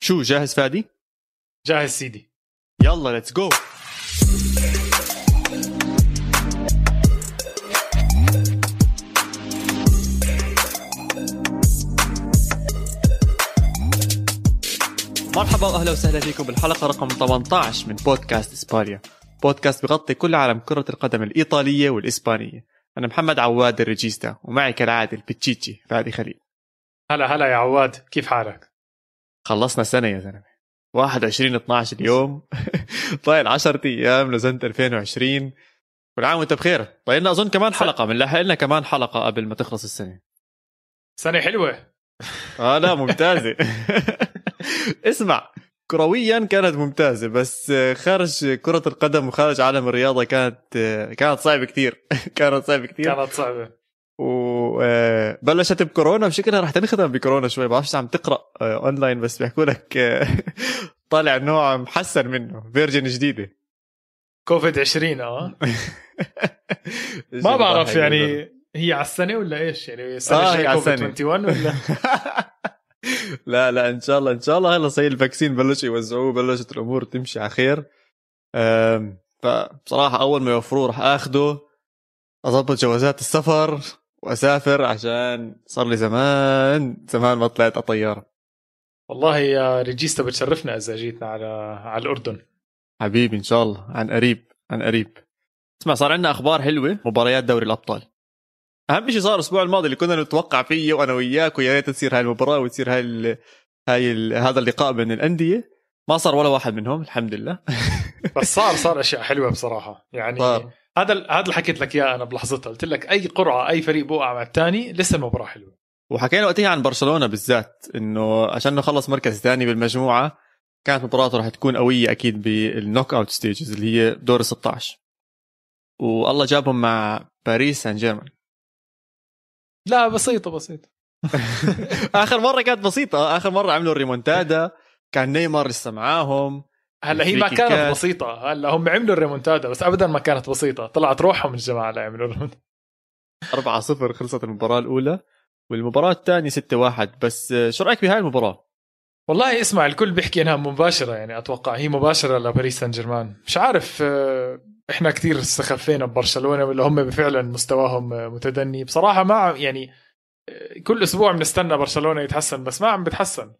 شو جاهز فادي؟ جاهز سيدي. يلا ليتس جو. مرحبا واهلا وسهلا فيكم بالحلقه رقم 18 من بودكاست اسبانيا، بودكاست بغطي كل عالم كره القدم الايطاليه والاسبانيه. انا محمد عواد الريجيستا، ومعي كالعاده البتشيتشي فادي خليل. هلا يا عواد، كيف حالك؟ خلصنا سنه يا زلمه، 21/12 اليوم. طايل 10 ايام لسنه 2020. كل عام وانت بخير. طيلنا اظن كمان حلقه، بنلحق لنا كمان حلقه قبل ما تخلص السنه. سنه حلوه. لا ممتازه. اسمع، كرويا كانت ممتازه، بس خارج كره القدم وخارج عالم الرياضه كانت صعبه كتير. كانت صعبه وبلشت بكورونا، بشكلها رح تنختم بكورونا شوي. بعرفش عم تقرا اونلاين، بس بيحكوا لك طالع نوع محسن منه، فيرجن جديده، كوفيد 20. ما بعرف يعني هي على السنه ولا ايش، يعني السنه الجايه كوفيد 21 ولا؟ لا ان شاء الله هلا صار الفاكسين بلشوا يوزعوه، بلشت الامور تمشي على خير. فبصراحه اول ما يوفروه رح اخده، اضبط جوازات السفر واسافر، عشان صار لي زمان ما طلعت على طياره. والله يا ريجيستا بتشرفنا اذا جيتنا على الاردن حبيبي. ان شاء الله عن قريب. اسمع، صار عندنا اخبار حلوه، مباريات دوري الابطال. اهم شيء صار الاسبوع الماضي اللي كنا نتوقع فيه وانا وياك، ويا ريت تصير هاي المباراه وتصير هذا اللقاء بين الانديه. ما صار ولا واحد منهم الحمد لله. بس صار اشياء حلوه بصراحه يعني. هذا اللي حكيت لك اياه انا بلحظتها، قلت لك اي قرعه اي فريق بوقع مع الثاني لسه المباراه حلوه. وحكينا وقتها عن برشلونه بالذات، انه عشان نخلص مركز ثاني بالمجموعه كانت مباراته راح تكون قويه اكيد بالنوك اوت ستيجز اللي هي دور 16، والله جابهم مع باريس سان جيرمان. لا بسيطه. اخر مره كانت بسيطه، اخر مره عملوا الريمونتادا، كان نيمار لسه معاهم. هلا هي ما كانت بسيطه، هلا هم عملوا الريمونتادا بس ابدا ما كانت بسيطه، طلعت روحهم الجماعه لا يعملوا الريمونتادا. 4-0 خلصت المباراه الاولى، والمباراه الثانيه 6-1. بس شو رايك بهاي المباراه؟ والله اسمع، الكل بيحكي انها مباشره، يعني اتوقع هي مباشره لباريس سان جيرمان. مش عارف، احنا كتير استخفينا ببرشلونه ولا هم فعلا مستواهم متدني بصراحه. ما يعني كل اسبوع بنستنى برشلونه يتحسن بس ما عم بتحسن.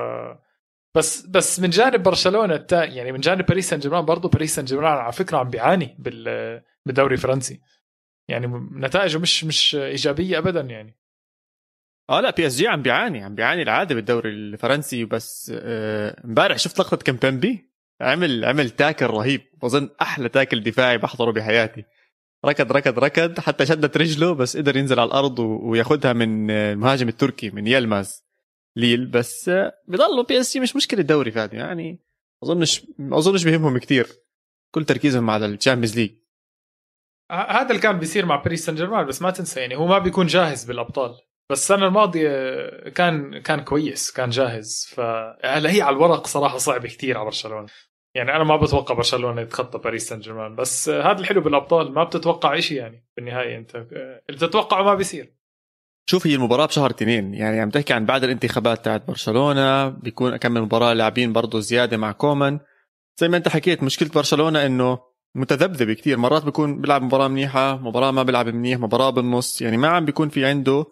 بس من جانب برشلونه يعني من جانب باريس سان جيرمان، برضه باريس سان جيرمان على فكره عم بيعاني بالدوري الفرنسي، يعني نتائجه مش ايجابيه ابدا يعني. لا بي اس جي عم بيعاني العاده بالدوري الفرنسي. بس امبارح شفت لقطه كمبمبي، عمل تاكل رهيب، اظن احلى تاكل دفاعي بحضره بحياتي. ركض حتى شدت رجله، بس قدر ينزل على الارض وياخدها من المهاجم التركي من يلماز ليل. بس بيضلوا بي اس جي مش مشكله الدوري فادي، يعني اظنش بيهمهم كتير، كل تركيزهم على الشامبيونز ليج. هذا اللي كان بيصير مع باريس سان جيرمان، بس ما تنسى يعني هو ما بيكون جاهز بالابطال. بس السنه الماضيه كان كويس، كان جاهز. فهلا هي على الورق صراحه صعب كتير على برشلونه، يعني انا ما بتوقع برشلونه يتخطى باريس سان جيرمان. بس هذا الحلو بالابطال، ما بتتوقع إشي يعني بالنهايه. انت اللي بتتوقعه ما بيصير. شوف، هي المباراة بشهر 2، يعني عم تحكي عن بعد الانتخابات تاعت برشلونة، بيكون أكمل مباراة لاعبين برضو زيادة مع كومان. زي ما انت حكيت، مشكلة برشلونة انه متذبذب كتير، مرات بيكون بيلعب مباراة منيحة، مباراة ما بيلعب منيح، مباراة بالنص، يعني ما عم بيكون في عنده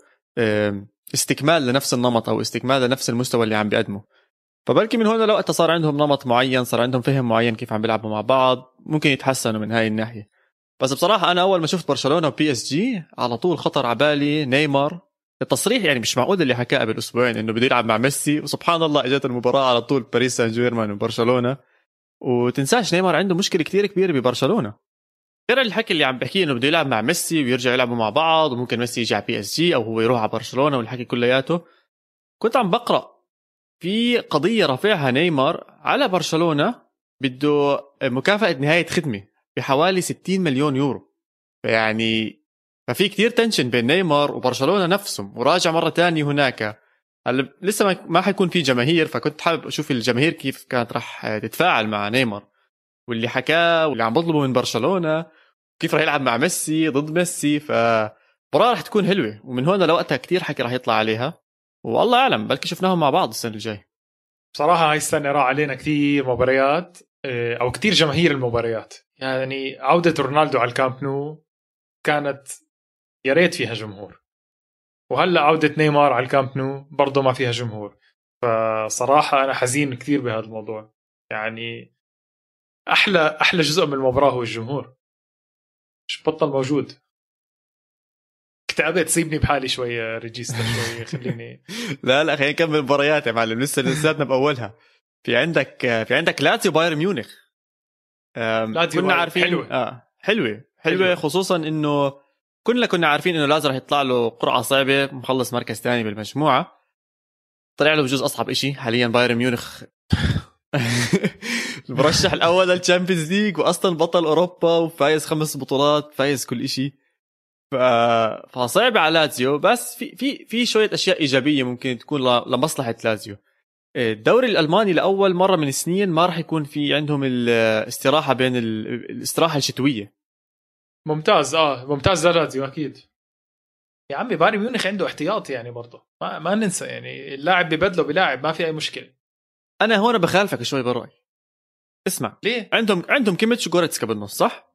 استكمال لنفس النمط او استكمال لنفس المستوى اللي عم بيقدمه. فبالكي من هنا لو صار عندهم نمط معين، صار عندهم فهم معين كيف عم بيلعبوا مع بعض، ممكن يتحسنوا من هاي الناحية. بس بصراحة أنا أول ما شفت برشلونة وبي اس جي على طول خطر عبالي نيمار. التصريح يعني مش معقول اللي حكاه قبل أسبوعين إنه بده يلعب مع ميسي، وسبحان الله إجت المباراة على طول باريس سان جيرمان وبرشلونة. وتنساش نيمار عنده مشكلة كتير كبيرة ببرشلونة، غير الحكي اللي عم بحكيه إنه بده يلعب مع ميسي ويرجع يلعبوا مع بعض، وممكن ميسي يجي على بي اس جي أو هو يروح على برشلونة، والحكي كلياته. كنت عم بقرأ في قضية رافعها نيمار على برشلونة، بده مكافأة نهاية خدمة بحوالي 60 مليون يورو. يعني ففي كتير تنشن بين نيمار وبرشلونة نفسهم، وراجع مرة تانية هناك. لسه ما حيكون في جماهير، فكنت حابب أشوف الجماهير كيف كانت رح تتفاعل مع نيمار واللي حكاه واللي عم بطلبه من برشلونة، كيف رح يلعب مع ميسي ضد ميسي. فمباراة رح تكون حلوة، ومن هنا لوقتها كتير حكي رح يطلع عليها، والله أعلم بلكي شفناهم مع بعض السنة الجاي. بصراحة هاي السنة راح علينا كثير مباريات أو كثير جماهير المباريات. يعني عودة رونالدو على الكامب نو كانت يا ريت فيها جمهور، وهلا عودة نيمار على الكامب نو برضه ما فيها جمهور. فصراحة أنا حزين كثير بهذا الموضوع. يعني أحلى جزء من المباراة هو الجمهور، مش بطل موجود. اكتئبت، سيبني بحالي شوية ريجيستا شوية خليني لا خلينا نكمل المباريات يا معلم، لسه لساتنا باولها. في عندك لاتسيو بايرن ميونخ. كنا عارفين حلوه خصوصا انه كنا عارفين انه لازم رح يطلع له قرعه صعبه، مخلص مركز ثاني بالمجموعه، طلع له بجوز اصعب إشي حاليا بايرن ميونخ. المرشح الاول للتشامبيونز ليج، واصلا بطل اوروبا وفايز 5 بطولات، فايز كل إشي. فصعب على لازيو، بس في شويه اشياء ايجابيه ممكن تكون لمصلحه لازيو. الدوري الالماني لاول مره من سنين ما راح يكون في عندهم الاستراحه بين الاستراحه الشتويه. ممتاز ممتاز لازيو اكيد. يا عمي بايرن ميونخ عنده احتياطي يعني برضه ما ننسى، يعني اللاعب ببدله بلاعب ما في اي مشكله. انا هون بخالفك شوي بالراي. اسمع ليه؟ عندهم كيميتش وغوريتسكا بالنص صح؟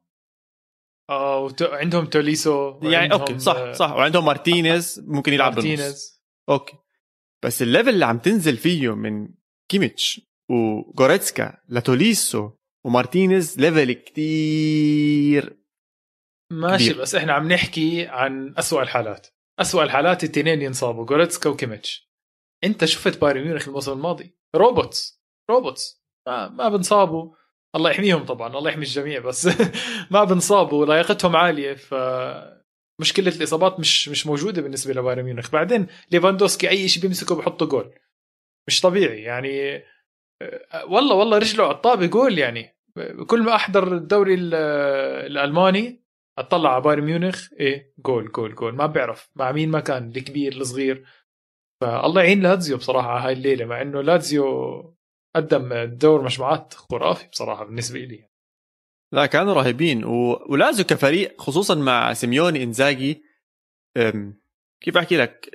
عندهم توليسو يعني اوكي صح وعندهم مارتينيز ممكن يلعب بالنص. اوكي، بس الليفل اللي عم تنزل فيه من كيميتش وغوريتسكا لتوليسو ومارتينيز ليفل كتير ماشي كبير. بس احنا عم نحكي عن أسوأ الحالات التنين ينصابوا غوريتسكا وكيميتش. انت شفت بايرن ميونخ الموسم الماضي روبوتس ما بنصابوا، الله يحميهم طبعا، الله يحمي الجميع، بس ما بنصابوا، لياقتهم عاليه. مشكله الاصابات مش موجوده بالنسبه لبايرن ميونخ. بعدين ليفاندوسكي اي شيء بيمسكه بحطه جول، مش طبيعي يعني. والله رجله على الطابه جول. يعني كل ما احضر الدوري الالماني اطلع على بايرن ميونخ جول ما بعرف مع مين ما كان، الكبير الصغير. فالله يعين لازيو بصراحه هاي الليله، مع انه لازيو قدم دور مجموعات خرافي بصراحه بالنسبه لي. لا كانوا رهيبين ولازيو كفريق خصوصا مع سيميوني انزاغي. كيف احكي لك،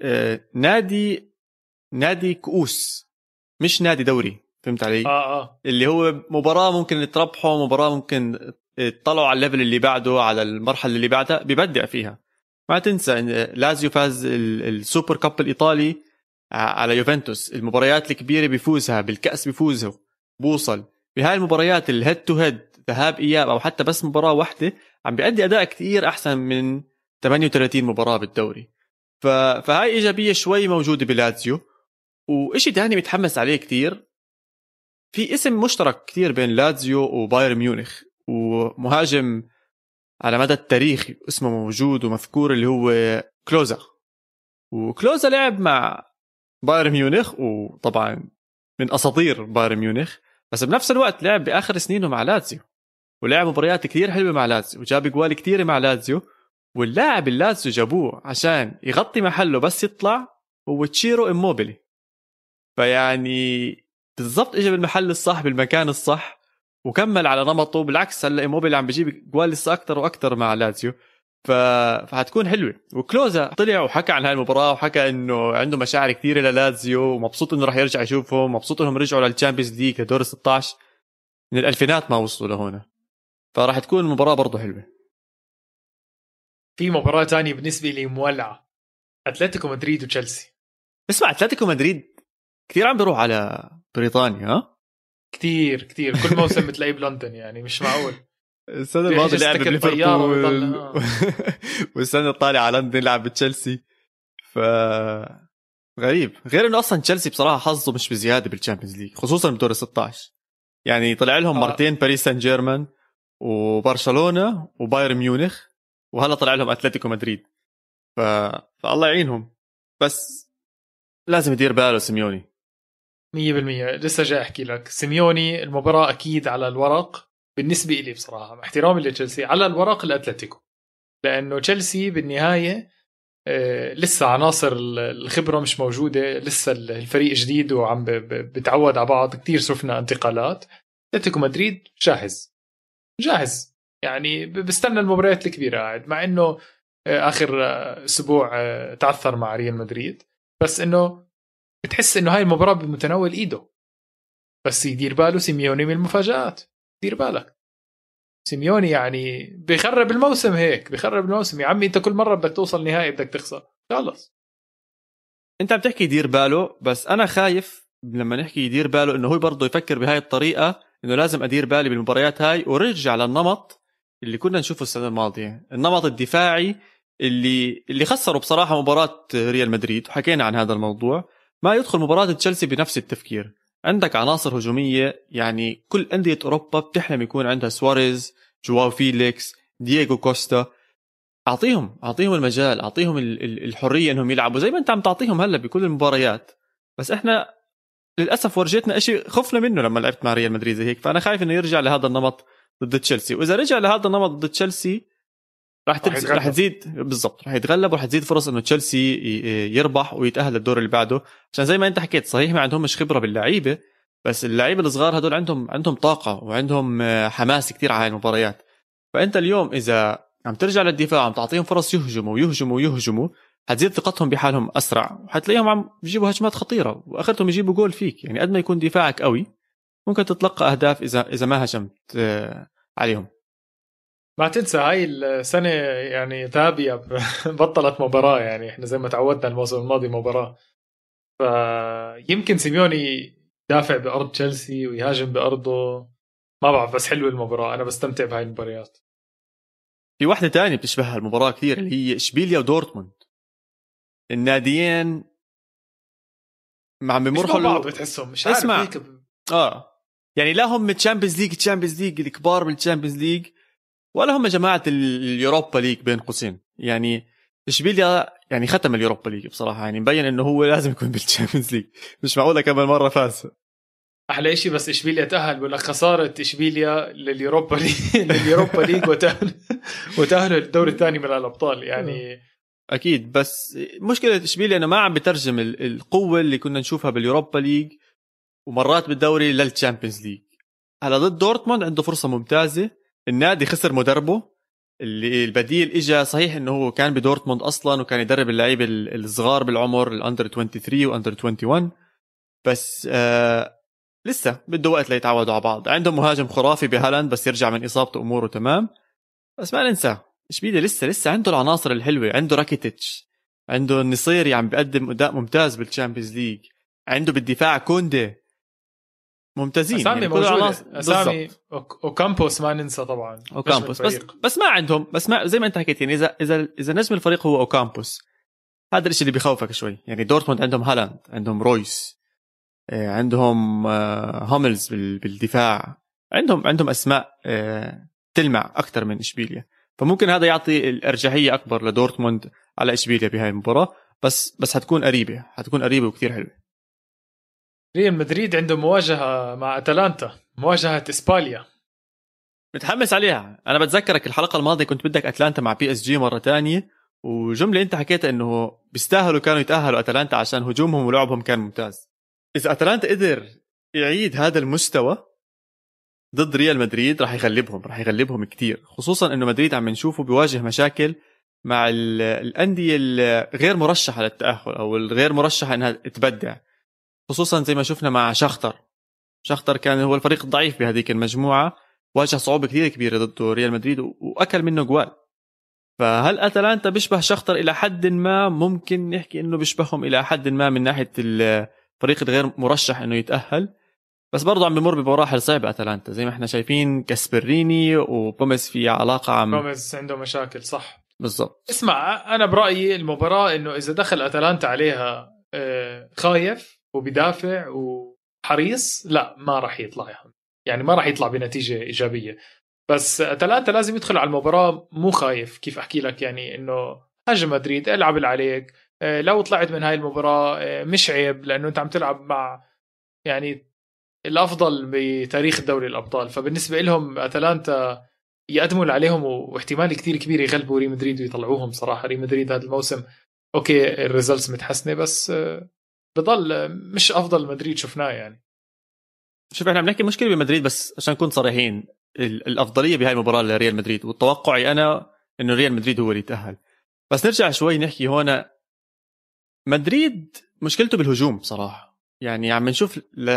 نادي كؤوس مش نادي دوري، فهمت علي؟ اللي هو مباراة ممكن تربحه، مباراة ممكن تطلعوا على الليفل اللي بعده، على المرحلة اللي بعدها بيبدع فيها. ما تنسى ان لازيو فاز السوبر كاب الإيطالي على يوفنتوس، المباريات الكبيرة بيفوزها، بالكأس بيفوزها، بوصل بهاي المباريات الهيد تو هيد ذهاب إياب أو حتى بس مباراة واحدة عم بيأدي أداء كتير أحسن من 38 مباراة بالدوري. فهاي إيجابية شوي موجودة بلازيو. وإشي تاني متحمس عليه كتير، في اسم مشترك كتير بين لازيو وبايرن ميونخ، ومهاجم على مدى التاريخ اسمه موجود ومذكور اللي هو كلوزا. وكلوزا لعب مع بايرن ميونخ، وطبعا من أساطير بايرن ميونخ، بس بنفس الوقت لعب بآخر سنينه مع لازيو، ولعب مباريات كتير حلوة مع لازيو، وجاب جوال كتير مع لازيو. واللاعب اللازيو جابوه عشان يغطي محله بس يطلع هو تشيرو إموبيلي. فيعني بالضبط اجى بالمحل الصح بالمكان الصح وكمل على نمطه. بالعكس هلا إيموبيلي عم بيجيب جوال لسه اكثر واكثر مع لازيو، فهتكون حلوه. وكلوزا طلع وحكى عن هاي المباراه، وحكى انه عنده مشاعر كثيره للازيو، ومبسوط انه راح يرجع يشوفهم، مبسوط انهم رجعوا للتشامبيونز ليج لدور 16 من الألفينات ما وصلوا لهنا. فراح تكون المباراه برضو حلوه. في مباراه تانية بالنسبه لي مولعه، اتلتيكو مدريد وتشيلسي. اسمع، اتلتيكو مدريد كثير عم بيروح على بريطانيا، ها كتير كل موسم بتلاقيه بلندن، يعني مش معقول. السنة الماضية لعب بليفربول والسنة الطالعة على لندن لعب بتشيلسي. غريب، غير انه اصلا تشيلسي بصراحة حظه مش بزيادة بالتشامبيونز ليج، خصوصا بدور 16. يعني طلع لهم مرتين باريس سان جيرمان وبرشلونة وبايرن ميونخ، وهلا طلع لهم اتلتيكو مدريد. فالله يعينهم، بس لازم يدير باله سيميوني 100%. لسه جاي احكي لك، سيميوني المباراة اكيد على الورق بالنسبة لي بصراحة، مع احترامي لتشيلسي، على الورق الاتلتيكو، لانه تشيلسي بالنهاية لسه عناصر الخبرة مش موجودة، لسه الفريق جديد وعم بتعود على بعض، كتير شفنا انتقالات. اتلتيكو مدريد جاهز يعني بستنى المباريات الكبيرة قاعد، مع انه اخر اسبوع تعثر مع ريال مدريد، بس انه بتحس انه هاي المباراة بمتناول ايده. بس يدير باله سيميوني من المفاجآت. دير بالك سيميوني يعني بيخرب الموسم، هيك بيخرب الموسم. يا عمي انت كل مرة بدك توصل نهائي بدك تخسر، خلص. انت عم تحكي يدير باله، بس انا خايف لما نحكي يدير باله انه هو برضه يفكر بهاي الطريقة، انه لازم ادير بالي بالمباريات هاي ورجع للنمط اللي كنا نشوفه السنة الماضية، النمط الدفاعي اللي خسروا بصراحة مباراة ريال مدريد، وحكينا عن هذا الموضوع. ما يدخل مباراة تشيلسي بنفس التفكير. عندك عناصر هجومية، يعني كل أندية أوروبا بتحلم يكون عندها سواريز، جواو فيليكس، دييغو كوستا. أعطيهم المجال، أعطيهم الحرية إنهم يلعبوا زي ما أنت عم تعطيهم هلا بكل المباريات. بس إحنا للأسف ورجيتنا إشي خفنا منه لما لعبت مع ريال مدريد زي هيك. فأنا خايف إنه يرجع لهذا النمط ضد تشيلسي، وإذا رجع لهذا النمط ضد تشيلسي راح تزيد بالضبط، راح يتغلب وراح تزيد فرص انه تشيلسي يربح ويتاهل للدور اللي بعده. عشان زي ما انت حكيت صحيح ما عندهم مش خبره باللعيبه، بس اللعيبه الصغار هدول عندهم طاقه وعندهم حماس كتير على المباريات. فانت اليوم اذا عم ترجع للدفاع عم تعطيهم فرص يهجموا حتزيد ثقتهم بحالهم اسرع، وحتلاقيهم عم بيجيبوا هجمات خطيره واخرتهم يجيبوا جول فيك. يعني قد ما يكون دفاعك قوي ممكن تتلقى اهداف اذا ما هجمت عليهم. ما تنسى هاي السنة يعني تابية بطلت مباراة، يعني احنا زي ما تعودنا الموسم الماضي مباراة. فيمكن سيميوني دافع بأرض تشيلسي ويهاجم بأرضه، ما بعرف، بس حلوة المباراة، أنا بستمتع بهاي المباريات. في واحدة تانية بتشبه المباراة كثير اللي هي إشبيليا ودورتموند. الناديين ما عم بيمرحوا بعض بتحسهم مش عارف هيك يعني لا هم تشامبيونز ليج الكبار بالتشامبيونز ليج، ولا هم جماعة اليوروبا ليج بين قوسين. يعني إشبيليا يعني ختم اليوروبا ليج بصراحة، يعني مبين إنه هو لازم يكون بالتشامبيونز ليج، مش معقولة كمان مرة فاز. أحلى إشي بس إشبيليا تأهل، ولا خسارة إشبيليا لليوروبا ليج وتأهل الدور الثاني من الأبطال يعني. أكيد، بس مشكلة إشبيليا إنه ما عم بترجم القوة اللي كنا نشوفها باليوروبا ليج ومرات بالدوري للتشامبيونز ليج. هلا ضد دورتموند عنده فرصة ممتازة، النادي خسر مدربه اللي البديل اجى، صحيح انه هو كان بدورتموند اصلا وكان يدرب اللعيبه الصغار بالعمر الاندر 23 واندر 21، بس لسه بده وقت ليتعودوا على بعض. عندهم مهاجم خرافي بهالاند بس يرجع من اصابته اموره تمام. بس ما ننسى اشبيليا لسه عنده العناصر الحلوه، عنده راكيتيتش، عنده النصيري عم بيقدم اداء ممتاز بالتشامبيونز ليج، عنده بالدفاع كوندي ممتازين. أسامي يعني موجودة، أسامي وكامبوس ما ننسى طبعا وكامبوس، بس ما عندهم، بس ما زي ما انت حكيت يعني اذا نجم الفريق هو اوكامبوس هذا الشيء اللي بيخوفك شوي. يعني دورتموند عندهم هالاند، عندهم رويس، عندهم هاملز بالدفاع، عندهم اسماء تلمع اكثر من اشبيليا، فممكن هذا يعطي الارجحيه اكبر لدورتموند على اشبيليا بهاي المباراه. بس حتكون قريبه وكثير حلوه. ريال مدريد عنده مواجهة مع أتلانتا، مواجهة إسباليا، متحمس عليها. أنا بتذكرك الحلقة الماضية كنت بدك أتلانتا مع بي اس جي مرة تانية، وجملة أنت حكيتها إنه بيستاهلوا كانوا يتأهلوا أتلانتا عشان هجومهم ولعبهم كان ممتاز. إذا أتلانتا قدر يعيد هذا المستوى ضد ريال مدريد راح يغلبهم كتير، خصوصا إنه مدريد عم نشوفه بيواجه مشاكل مع الأندية الغير مرشحة للتأهل أو الغير مرشحة إنها تبدع، خصوصا زي ما شفنا مع شختر كان هو الفريق الضعيف بهذيك المجموعة، واجه صعوبة كثير كبيرة ضد ريال مدريد وأكل منه جوال. فهل أتلانتا بيشبه شختر إلى حد ما؟ ممكن نحكي إنه بيشبههم إلى حد ما من ناحية الفريق الغير مرشح إنه يتأهل، بس برضو عم بمر بمراحل صعبة أتلانتا زي ما احنا شايفين. كاسبريني وبوميز في علاقة بوميز عنده مشاكل صح بالضبط. اسمع أنا برأيي المباراة إنه إذا دخل أتلانتا عليها خايف وبيدافع وحريص، لا ما راح يطلع، يعني ما راح يطلع بنتيجة إيجابية. بس أتلانتا لازم يدخل على المباراة مو خايف. كيف أحكي لك؟ يعني إنه هاجم مدريد، العب اللي عليك، لو طلعت من هاي المباراة مش عيب، لأنه أنت عم تلعب مع يعني الأفضل بتاريخ دوري الأبطال. فبالنسبة لهم أتلانتا يقدموا اللي عليهم، واحتمال كتير كبير يغلبوا ريال مدريد ويطلعوهم. صراحة ريال مدريد هذا الموسم أوكي الريزلتس متحسنة، بس بضل مش أفضل مدريد شفناه. يعني شوف احنا بنحكي مشكلة بمدريد، بس عشان نكون صريحين الأفضلية بهاي المباراة لريال مدريد، والتوقعي أنا إنه ريال مدريد هو اللي يتأهل. بس نرجع شوي نحكي هنا، مدريد مشكلته بالهجوم بصراحة. يعني عم نشوف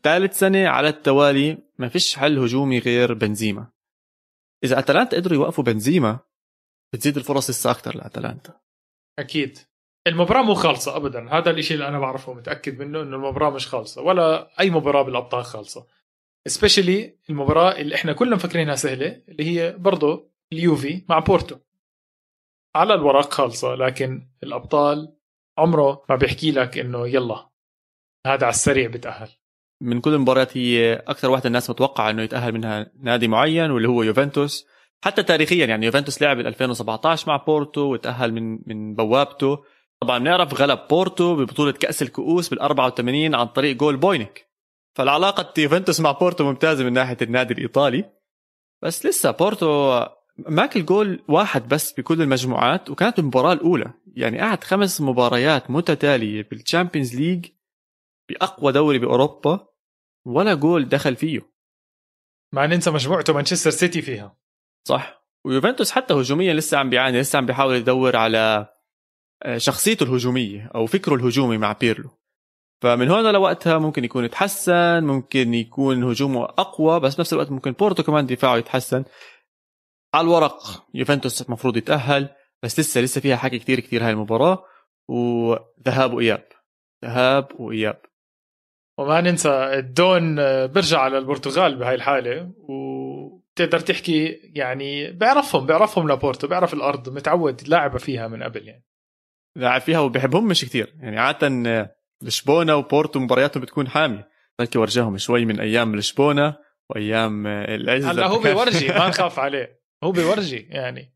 ثالث سنة على التوالي ما فيش حل هجومي غير بنزيما. إذا أتلانتا قدروا يوقفوا بنزيما بتزيد الفرص لسه أكتر لأتلانتا. أكيد المباراة مو خالصة أبدا، هذا الاشي اللي أنا بعرفه متأكد منه إنه المباراة مش خالصة، ولا أي مباراة بالأبطال خالصة، especially المباراة اللي إحنا كلنا مفكرينها سهلة اللي هي برضو اليوفي مع بورتو. على الورق خالصة، لكن الأبطال عمره ما بيحكي لك إنه يلا هذا على السريع بتأهل. من كل المباريات هي أكثر واحدة الناس متوقعة إنه يتأهل منها نادي معين واللي هو يوفنتوس. حتى تاريخيا يعني يوفنتوس لعب 2017 مع بورتو وتأهل من بوابته. طبعا بنعرف غلب بورتو ببطولة كأس الكؤوس بال84 عن طريق جول بوينك. فالعلاقة يوفنتوس مع بورتو ممتازة من ناحية النادي الإيطالي، بس لسه بورتو ماكل جول واحد بس بكل المجموعات، وكانت المباراة الأولى. يعني قعد 5 مباريات متتالية بالتشامبيونز ليج بأقوى دوري بأوروبا ولا جول دخل فيه. ما ننسى مجموعته مانشستر سيتي فيها. صح. ويوفنتوس حتى هجوميا لسه عم بيعاني، لسه عم بيحاول يدور على شخصيته الهجومية أو فكره الهجومي مع بيرلو. فمن هون لوقتها ممكن يكون يتحسن، ممكن يكون هجومه أقوى، بس بنفس الوقت ممكن بورتو كمان دفاعه يتحسن. على الورق يوفنتوس مفروض يتأهل، بس لسه فيها حكي كتير هاي المباراة، وذهاب وإياب ذهاب وإياب. وما ننسى الدون برجع على البرتغال بهاي الحالة، وتقدر تحكي يعني بيعرفهم لابورتو، بيعرف الأرض، متعود لاعب فيها من قبل، يعني لاعب فيها وبيحبهم مش كتير. يعني عادة لشبونة وبورتو مبارياتهم بتكون حامية، بلكي ورجاهم شوي من أيام لشبونة وأيام العز. هلا هو بيورجي ما نخاف عليه، هو بيورجي يعني.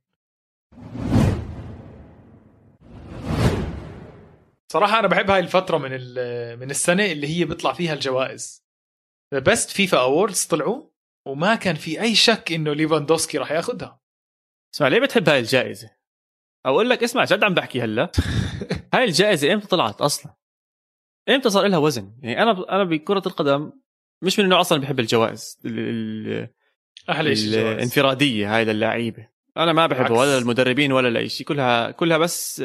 صراحة أنا بحب هاي الفترة من السنة اللي هي بيطلع فيها الجوائز. The best FIFA Awards طلعوا وما كان في أي شك إنه ليفاندوسكي راح ياخدها. اسمع، ليه بتحب هاي الجائزة؟ أقول لك اسمع، جد عم بحكي هلا. هاي الجائزة إمتى طلعت أصلا؟ إمتى صار لها وزن؟ يعني أنا بكرة القدم مش من النوع أصلا بحب الجوائز أحلى شيء الانفرادية هاي للاعيبة. أنا ما بحبه ولا المدربين ولا أي شيء، كلها بس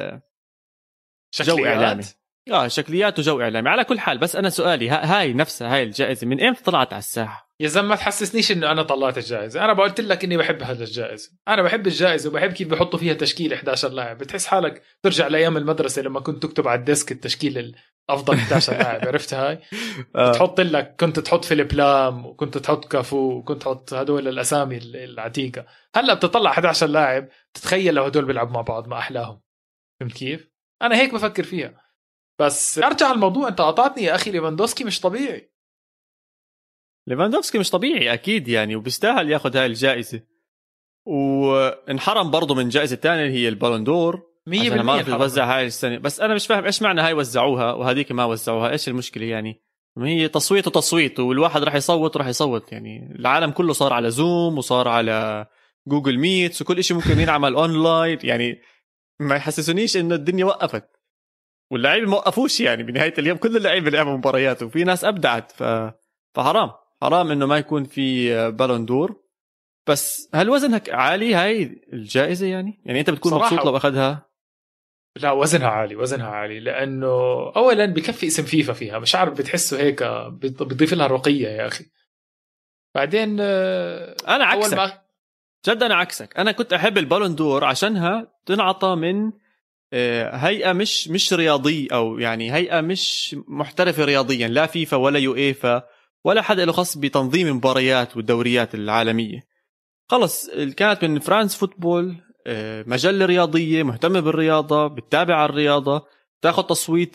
جو إعلامي. شكليات وجو إعلامي على كل حال. بس أنا سؤالي هاي نفسها هاي الجائزة من إمتى طلعت على الساحة؟ يا زلمة ما تحسسنيش إنه أنا طلعت الجائزة. أنا قلت لك إني بحب هذا الجائزة. أنا بحب الجائزة وبحب كيف بحطوا فيها تشكيل 11 لاعب. بتحس حالك ترجع لأيام المدرسة لما كنت تكتب على الديسك التشكيل الأفضل 11 لاعب. عرفت هاي؟ بتحط لك، كنت تحط فيليب لام وكنت تحط كافو وكنت تحط هدول الأسامي العتيقة. هلأ بتطلع 11 لاعب تتخيل لو هدول بيلعبوا مع بعض ما أحلاهم. فهمت كيف؟ أنا هيك بفكر فيها. بس أرجع الموضوع، أنت قطعتني يا أخي. ليفاندوسكي مش طبيعي. ليفاندوفسكي مش طبيعي أكيد يعني، وبيستاهل ياخد هاي الجائزة. وانحرم برضو من جائزة تانية اللي هي البالون دور 100% ما توزع هاي السنة. بس أنا مش فاهم إيش معنى هاي وزعوها وهذيك ما وزعوها. إيش المشكلة يعني؟ ما هي تصويت والواحد راح يصوت. يعني العالم كله صار على زوم وصار على جوجل ميتس وكل إشي ممكن ينعمل أونلاين. يعني ما يحسسونيش إنه الدنيا وقفت واللاعبين ما وقفوش. يعني بنهاية اليوم كل اللاعبين لعبوا مباريات وفي ناس أبدعت. فحرام إنه ما يكون في بالون دور. بس هل وزنها عالي هاي الجائزة؟ يعني أنت بتكون مبسوط لو أخذها؟ لا، وزنها عالي لأنه أولا بكفي اسم فيفا فيها، مش عارف بتحسه هيك بيضيف لها رقية يا أخي. بعدين أنا عكسك جد، أنا عكسك. أنا كنت أحب البالون دور عشانها تنعطى من هيئة مش رياضي، أو يعني هيئة مش محترفة رياضيا، لا فيفا ولا يوإيفا ولا حد له خاص بتنظيم المباريات والدوريات العالمية. خلص كانت من فرانس فوتبول، مجلة رياضية مهتمة بالرياضة، بتتابع الرياضة، تاخد تصويت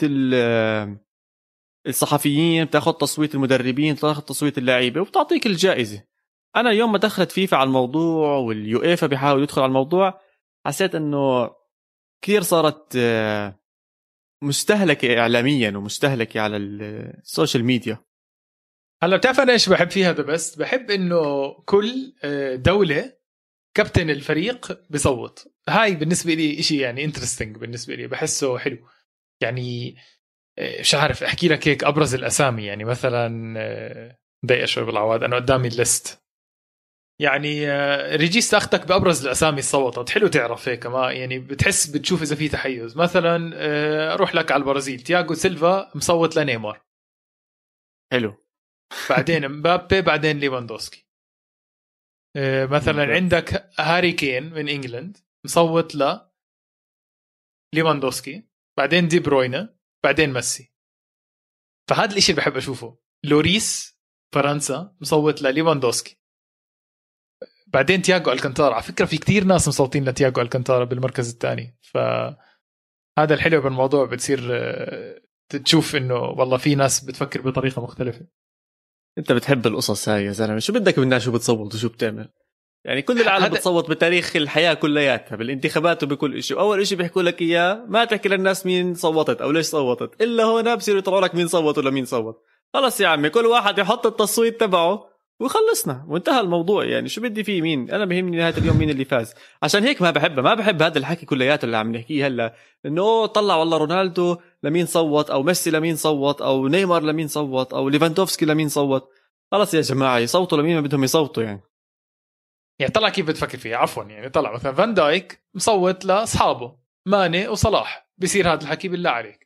الصحفيين، تاخد تصويت المدربين، تاخد تصويت اللاعبين وبتعطيك الجائزة. أنا يوم ما دخلت فيفا على الموضوع واليوإيفا بيحاول يدخل على الموضوع، حسيت أنه كثير صارت مستهلكة إعلاميا ومستهلكة على السوشيال ميديا. هلا بتعرف أنا إيش بحب فيها؟ ده بس بحب إنه كل دولة كابتن الفريق بيصوت. هاي بالنسبة لي إشي يعني انترستينج، بالنسبة لي بحسه حلو. يعني مش عارف أحكي لك هيك أبرز الأسامي. يعني مثلا ضيق شوي بالعواد، أنا قدامي الليست. يعني ريجيست أختك بأبرز الأسامي الصوتت. حلو تعرف هيك، ما يعني بتشوف إذا في تحيز. مثلا أروح لك على البرازيل، تياغو سيلفا مصوت لنيمار. حلو. بعدين مبابي، بعدين ليفاندوسكي. مثلا عندك هاري كين من انجلند مصوت ل ليفاندوسكي، بعدين دي بروينا، بعدين ميسي. فهذا الاشي اللي بحب اشوفه. لوريس فرنسا مصوت لليفاندوسكي، بعدين تياغو الكانتارا. على فكره في كتير ناس مصوتين لتياغو الكانتارا بالمركز الثاني. فهذا الحلو بالموضوع، بتصير تشوف انه والله في ناس بتفكر بطريقه مختلفه. انت بتحب القصص هاي يا زلمه، شو بدك بالناس شو بتصوت وشو بتعمل؟ يعني كل العالم بتصوت بتاريخ الحياه كلياتها بالانتخابات وبكل شيء، واول شيء بيحكوا لك اياه ما تحكي للناس مين صوتت او ليش صوتت، الا هون بصيروا يطلعوا لك مين صوت ولا مين صوت. خلص يا عمي كل واحد يحط التصويت تبعه وخلصنا وانتهى الموضوع. يعني شو بدي فيه مين؟ انا بهمني نهايه اليوم مين اللي فاز. عشان هيك ما بحب هذا الحكي كلياته اللي عم نحكيه هلا، انه طلع والله رونالدو لمين صوت او ميسي لمين صوت او نيمار لمين صوت او ليفاندوفسكي لمين صوت. خلص يا جماعه يصوتوا لمين ما بدهم يصوتوا. يعني طلع كيف بتفكر فيها عفوا. يعني طلع مثلا فان دايك مصوت لاصحابه ماني وصلاح، بيصير هذا الحكي بالله عليك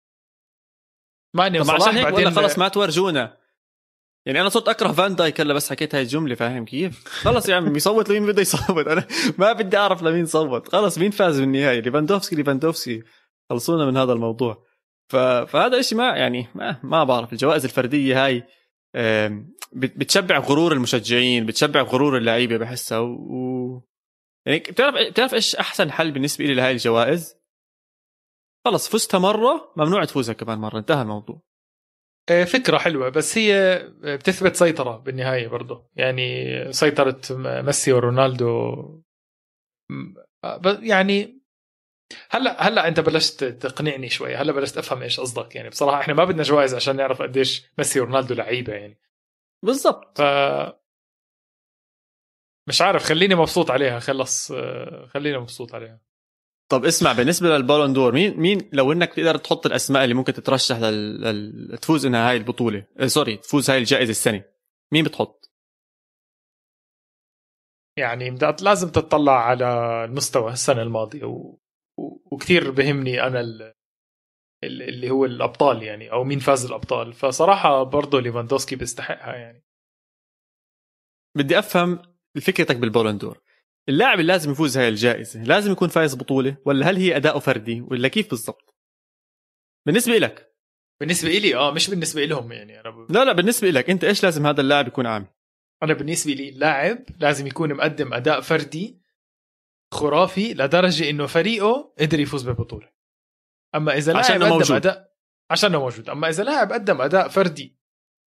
ماني وصلاح. عشان هيك بعدين خلص ما تورجونا. يعني انا صرت اكره فان دايك هلا بس حكيت هاي الجمله، فاهم كيف؟ خلص يا عم يصوت لمين بده يصوت، انا ما بدي اعرف لمين صوت. خلص مين فاز بالنهايه؟ ليفاندوفسكي خلصونا من هذا الموضوع. فهذا الشيء ما يعني ما بعرف. الجوائز الفرديه هاي بتشبع غرور المشجعين، بتشبع غرور اللعيبه بحسها يعني بتعرف ايش احسن حل بالنسبه لي لهاي الجوائز؟ خلص فزتها مره ممنوع تفوزها كمان مره، انتهى الموضوع. فكرة حلوة، بس هي بتثبت سيطرة بالنهاية برضو. يعني سيطرة ميسي ورونالدو يعني هلا انت بلشت تقنعني شوي، هلا بلشت افهم ايش قصدك. يعني بصراحة احنا ما بدنا جوائز عشان نعرف قديش ميسي ورونالدو لعيبة يعني. بالضبط. مش عارف، خليني مبسوط عليها. خليني مبسوط عليها. طب اسمع، بالنسبه للبالون دور مين لو انك تقدر تحط الاسماء اللي ممكن تترشح تفوز انها هاي البطوله سوري تفوز هاي الجائزه السنه، مين بتحط؟ يعني لازم تطلع على المستوى السنه الماضيه وكثير بهمني انا اللي هو الابطال يعني، او مين فاز الابطال. فصراحه برضه ليفاندوسكي بيستحقها. يعني بدي افهم فكرتك بالبالون دور. اللاعب اللي لازم يفوز هاي الجائزه لازم يكون فايز بطوله، ولا هل هي اداؤه فردي، ولا كيف بالضبط بالنسبه لك؟ بالنسبه لي مش بالنسبه لهم يعني. لا بالنسبه لك انت ايش لازم هذا اللاعب يكون عامل؟ انا بالنسبه لي لاعب لازم يكون مقدم اداء فردي خرافي لدرجه انه فريقه قدر يفوز بالبطوله. اما اذا لاعب قدم اداء عشانه موجود، اما اذا لاعب قدم اداء فردي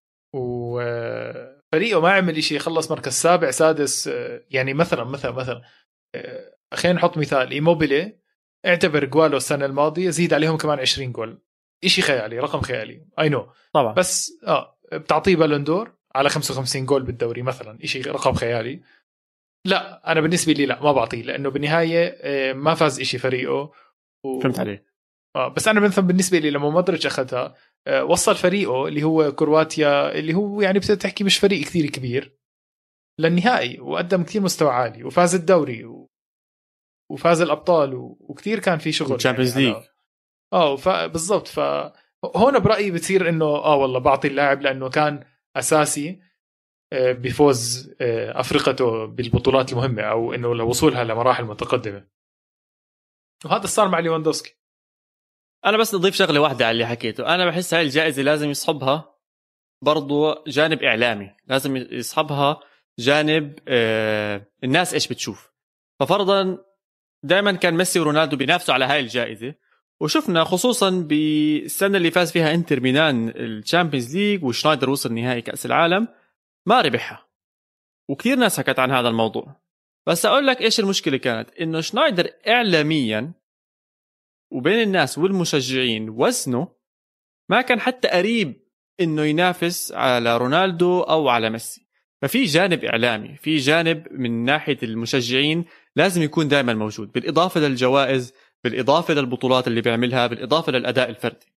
وفريقه ما عمل شيء، خلص مركز سابع سادس. يعني مثلا خلينا نحط مثال إيموبيلي، اعتبر جوالو السنه الماضيه زيد عليهم كمان 20 جول، إشي خيالي، رقم خيالي اي نو طبعا. بس بتعطيه بالون دور على 55 جول بالدوري مثلا، إشي رقم خيالي. لا انا بالنسبه لي لا، ما بعطيه، لانه بالنهايه ما فاز إشي فريقه فهمت عليك. بس انا مثلا بالنسبه لي لما مودريتش اخذها وصل فريقه اللي هو كرواتيا، اللي هو يعني بتحكي مش فريق كثير كبير، للنهائي، وقدم كثير مستوى عالي، وفاز الدوري وفاز الابطال وكثير كان في شغل الشامبيونز يعني ليج. بالضبط. فهون برايي بتصير انه والله بعطي اللاعب لانه كان اساسي بفوز افريقته بالبطولات المهمه، او انه لوصولها لمراحل متقدمه. وهذا صار مع ليفاندوسكي. انا بس اضيف شغله واحده على اللي حكيته. انا بحس هاي الجائزه لازم يصحبها برضو جانب اعلامي، لازم يصحبها جانب الناس ايش بتشوف. ففرضا دائما كان ميسي ورونالدو بينافسوا على هاي الجائزه، وشفنا خصوصا بالسنه اللي فاز فيها انتر ميلان الشامبيونز ليج وشنايدر وصل نهائي كاس العالم ما ربحها، وكثير ناس حكت عن هذا الموضوع. بس اقول لك ايش المشكله كانت، انه شنايدر اعلاميا وبين الناس والمشجعين وزنه ما كان حتى قريب انه ينافس على رونالدو او على ميسي. ففي جانب اعلامي، في جانب من ناحيه المشجعين لازم يكون دائما موجود، بالاضافه للجوائز، بالاضافه للبطولات اللي بيعملها، بالاضافه للاداء الفردي.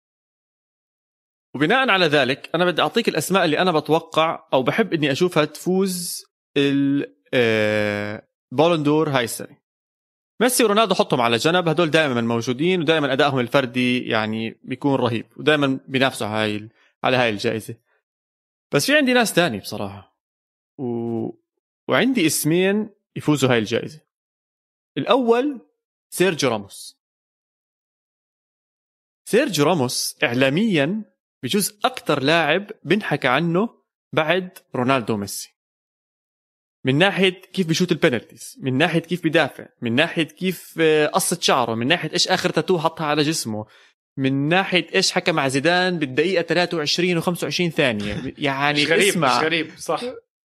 وبناء على ذلك انا بدي اعطيك الاسماء اللي انا بتوقع او بحب اني اشوفها تفوز البالون دور هاي السنه. ميسي ورونالدو حطهم على جنب، هدول دائما موجودين ودائما ادائهم الفردي يعني بيكون رهيب، ودائما بينافسوا على هاي الجائزه. بس في عندي ناس تاني بصراحة وعندي اسمين يفوزوا هاي الجائزة. الأول سيرجيو راموس. سيرجيو راموس إعلاميا بجوز أكتر لاعب بنحكى عنه بعد رونالدو وميسي، من ناحية كيف بيشوت البنالتيز، من ناحية كيف بيدافع، من ناحية كيف قصة شعره، من ناحية إيش آخر تاتو حطها على جسمه، من ناحية إيش حكى مع زيدان بالدقيقة 23 و25 ثانية. يعني مش غريب صح.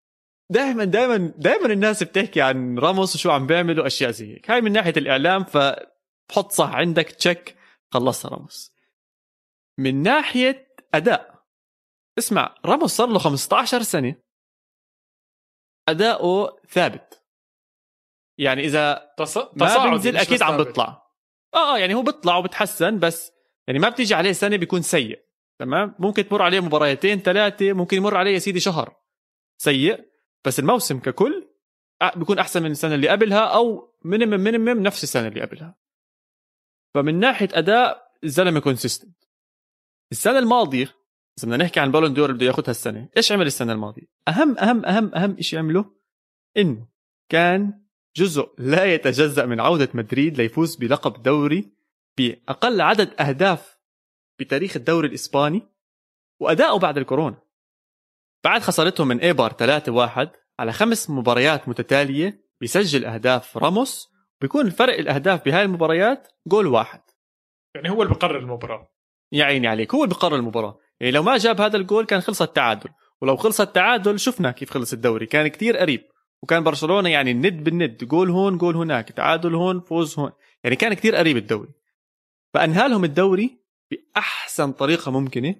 دائما الناس بتحكي عن راموس وشو عم بيعملوا أشياء زي هيك. هاي من ناحية الإعلام، فحط صح عندك تشيك، خلصها راموس. من ناحية أداء، اسمع، راموس صار له 15 سنة أداؤه ثابت. يعني إذا ما بنزل أكيد عم بيطلع. يعني هو بيطلع وبتحسن، بس يعني ما بتيجي عليه سنة بيكون سيء. تمام، ممكن تمر عليه مباريتين 3، ممكن يمر عليه يا سيدي شهر سيء، بس الموسم ككل بيكون أحسن من السنة اللي قبلها، أو منمم نفس السنة اللي قبلها. فمن ناحية أداء الزلمة كونسيستنت. السنة الماضية إذا بدنا نحكي عن بالون دور اللي بده ياخدها السنة، إيش عمل السنة الماضية؟ أهم إشي عمله إنه كان جزء لا يتجزأ من عودة مدريد ليفوز بلقب دوري بأقل عدد أهداف بتاريخ الدوري الإسباني، وأداؤه بعد الكورونا، بعد خسارتهم من إيبار 3-1 على 5 مباريات متتالية بيسجل أهداف راموس، بيكون الفرق الأهداف بهاي المباريات جول واحد. يعني هو اللي بقرر المباراة. يا عيني عليك، هو اللي بقرر المباراة. يعني لو ما جاب هذا الجول كان خلص التعادل، ولو خلص التعادل شفنا كيف خلص الدوري، كان كتير قريب، وكان برشلونة يعني الند بالند، جول هون جول هناك، تعادل هون فوز هون، يعني كان كتير قريب الدوري. فأنهالهم الدوري بأحسن طريقة ممكنة.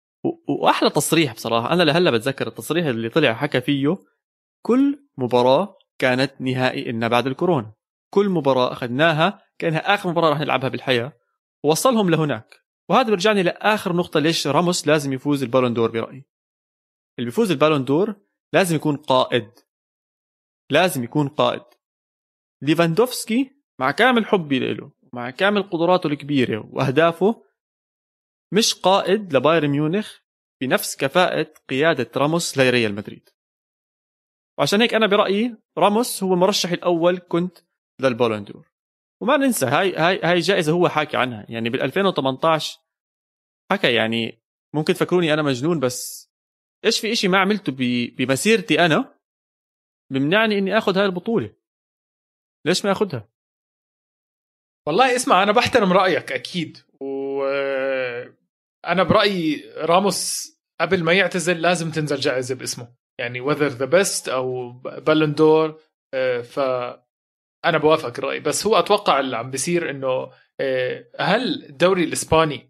وأحلى تصريح بصراحة، أنا لهلا بتذكر التصريح اللي طلع حكى فيه: كل مباراة كانت نهائي إلنا بعد الكورونا، كل مباراة أخذناها كانها آخر مباراة رح نلعبها بالحياة، ووصلهم لهناك. وهذا برجعني لآخر نقطة، ليش راموس لازم يفوز البالون دور برأيي. اللي بيفوز البالون دور لازم يكون قائد، لازم يكون قائد. ليفاندوفسكي مع كامل حبي له ومع كامل قدراته الكبيرة وأهدافه مش قائد لبايرن ميونخ بنفس كفاءة قيادة راموس لريال مدريد. وعشان هيك أنا برأيي راموس هو المرشح الأول كنت للبالون دور. وما ننسى هاي جائزة هو حكى عنها، يعني بال2018 حكى، يعني ممكن تفكروني أنا مجنون، بس إيش في إشي ما عملته بمسيرتي أنا بمنعني إني أخذ هاي البطولة؟ ليش ما أخذها؟ والله اسمع، أنا بحترم رأيك أكيد، وأنا برأيي راموس قبل ما يعتزل لازم تنزل جائزة باسمه، يعني whether the best أو بالون دور. فأنا بوافق الرأي، بس هو أتوقع اللي عم بيصير إنه هل الدوري الإسباني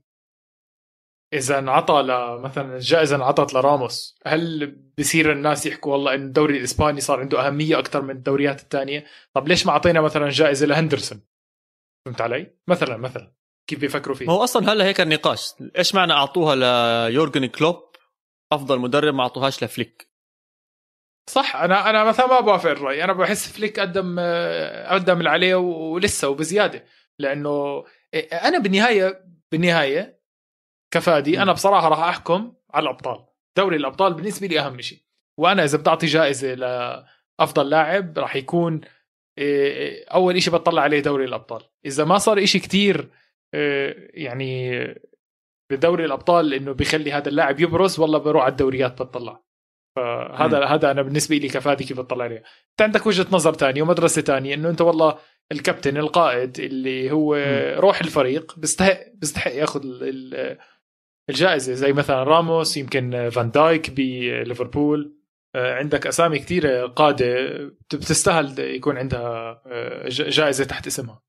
إذا انعطى مثلا الجائزة انعطت لراموس، هل بصير الناس يحكوا والله إن الدوري الإسباني صار عنده أهمية أكتر من الدوريات التانية؟ طب ليش ما أعطينا مثلا جائزة لهندرسون؟ فهمت علي؟ مثلا كيف بيفكروا فيه؟ هو أصلا هلا هيك النقاش، إيش معنى أعطوها ليورجن كلوب أفضل مدرب ما أعطوهاش لفليك؟ صح، أنا مثلا ما بوافق الرأي. أنا بحس فليك قدم اللي عليه ولسه وبزيادة، لأنه أنا بالنهاية كفادي أنا بصراحة راح أحكم على الأبطال. دوري الأبطال بالنسبة لي أهم شيء، وأنا إذا بدي أعطي جائزة لأفضل لاعب راح يكون أول إشي بطلع عليه دوري الأبطال. إذا ما صار إشي كتير يعني بدوري الأبطال إنه بيخلي هذا اللاعب يبرز، والله بروح على الدوريات بتطلع. فهذا أنا بالنسبة لي كفادي كيف بتطلع عليه. أنت عندك وجهة نظر تانية ومدرسة تانية، إنه أنت والله الكابتن القائد اللي هو روح الفريق بيستحق ياخذ الجائزة، زي مثلا راموس، يمكن فان دايك بليفربول. عندك أسامي كتيرة قادة بتستاهل يكون عندها جائزة تحت اسمها.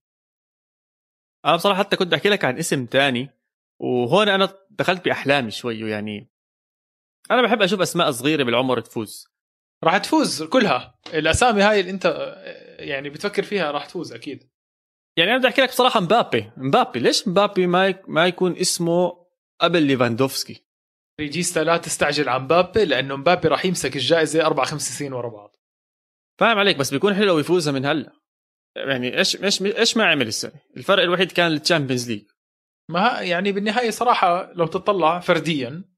أنا بصراحة حتى كنت أحكي لك عن اسم تاني، وهون أنا دخلت بأحلامي شوي. يعني أنا بحب أشوف أسماء صغيرة بالعمر تفوز. راح تفوز كلها الأسامي هاي اللي أنت يعني بتفكر فيها، راح تفوز أكيد. يعني أنا بدي أحكي لك بصراحة مبابي. ليش مبابي ما يكون اسمه قبل ليفاندوفسكي؟ ريجيستا لا تستعجل عن مبابي، لأنه مبابي راح يمسك الجائزة 4-5 سنين ورا بعض. فاهم عليك، بس بيكون حلو لو يفوزها من هلا. يعني إيش ما عمل السنة؟ الفرق الوحيد كان الشامبيونز ليج. ما يعني بالنهاية صراحة لو تطلع فرديا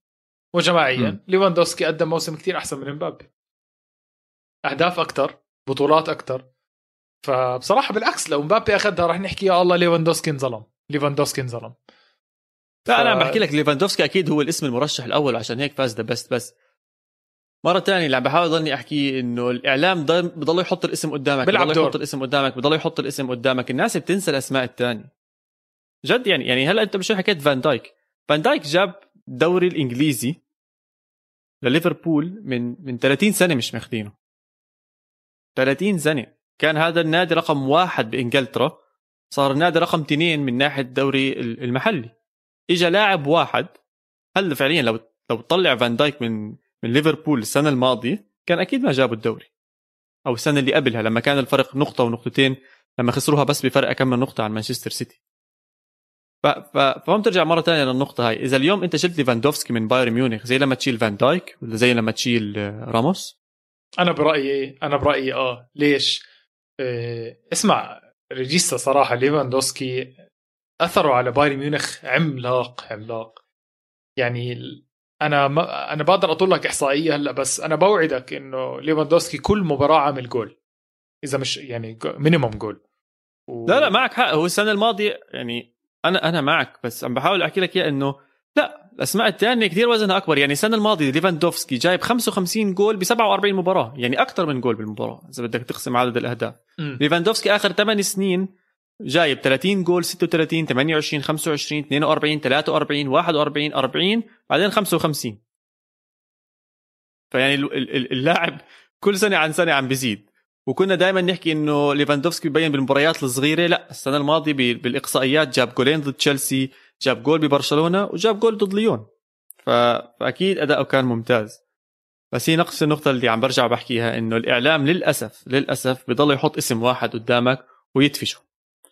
وجماعيا ليفاندوفسكي قدم موسم كتير أحسن من مبابي، أهداف أكتر، بطولات أكتر. فبصراحة بالعكس لو مبابي أخذها راح نحكي يا الله ليفاندوفسكي انظلم، ليفاندوفسكي انظلم. لا أنا عم بحكي لك ليفاندوفسكي أكيد هو الاسم المرشح الأول عشان هيك فاز ده بس مرة تانية اللي عم بحاول ضلني أحكي إنه الإعلام بضل يحط الاسم قدامك، بضل يحط الاسم قدامك، الناس بتنسى الأسماء التانية جد. يعني هلا أنت مش حكيت فان دايك جاب الدوري الإنجليزي لليفربول من 30 سنة مش ماخدينه. 30 سنة كان هذا النادي رقم 1 بإنجلترا، صار النادي رقم 2 من ناحية الدوري المحلي. إجا لاعب واحد هل فعليا لو طلع فان دايك من ليفربول السنة الماضية كان أكيد ما جابوا الدوري، أو السنة اللي قبلها لما كان الفرق نقطة ونقطتين، لما خسروها بس بفرق كم نقطة عن مانشستر سيتي. فهم ترجع مرة تانية للنقطة هاي. إذا اليوم أنت شلت ليفاندوفسكي من بايرن ميونخ زي لما تشيل فان دايك ولا زي لما تشيل راموس؟ أنا برأيي ليش؟ اسمع ريجيستا صراحة ليفاندوفسكي أثروا على بايرن ميونخ عملاق. يعني أنا بقدر أطول لك إحصائية هلأ، بس أنا بوعدك إنه ليفاندوفسكي كل مباراة عامل جول، إذا مش يعني مينيموم جول. لا معك حق، هو السنة الماضية يعني أنا معك، بس عم بحاول أحكي لك إنه لا الأسماء الثانية كتير وزنها أكبر. يعني السنة الماضية ليفاندوفسكي جايب 55 جول ب 47 مباراة، يعني أكتر من جول بالمباراة إذا بدك تقسم عدد الأهداف. ليفاندوفسكي آخر 8 سنين جايب 30 جول، 36 28 25 42 43 41 40 بعدين 55. فيعني اللاعب كل سنة عن سنة عم بيزيد. وكنا دائما نحكي انه ليفاندوفسكي بيبين بالمباريات الصغيره، لا السنه الماضيه بالاقصائيات جاب جولين ضد تشيلسي، جاب جول ببرشلونه وجاب جول ضد ليون. فاكيد اداؤه كان ممتاز. بس هي نقص النقطه اللي عم برجع بحكيها، انه الاعلام للاسف بيضل يحط اسم واحد قدامك ويدفشه.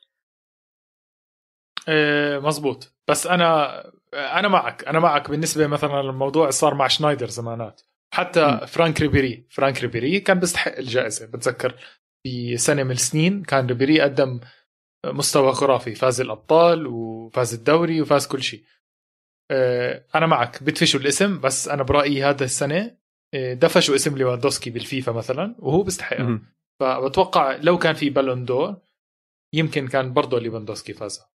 مزبوط. بس انا معك بالنسبه مثلا الموضوع صار مع شنايدر زمانات، حتى فرانك ريبيري كان بيستحق الجائزة. بتذكر بسنة من السنين كان ريبيري قدم مستوى خرافي، فاز الأبطال وفاز الدوري وفاز كل شيء. أنا معك بدفشوا الاسم، بس أنا برأيي هذا السنة دفشوا اسم ليفاندوفسكي بالفيفا مثلا وهو بيستحقها. فبتوقع لو كان في بالون دور يمكن كان برضو ليفاندوفسكي فازها.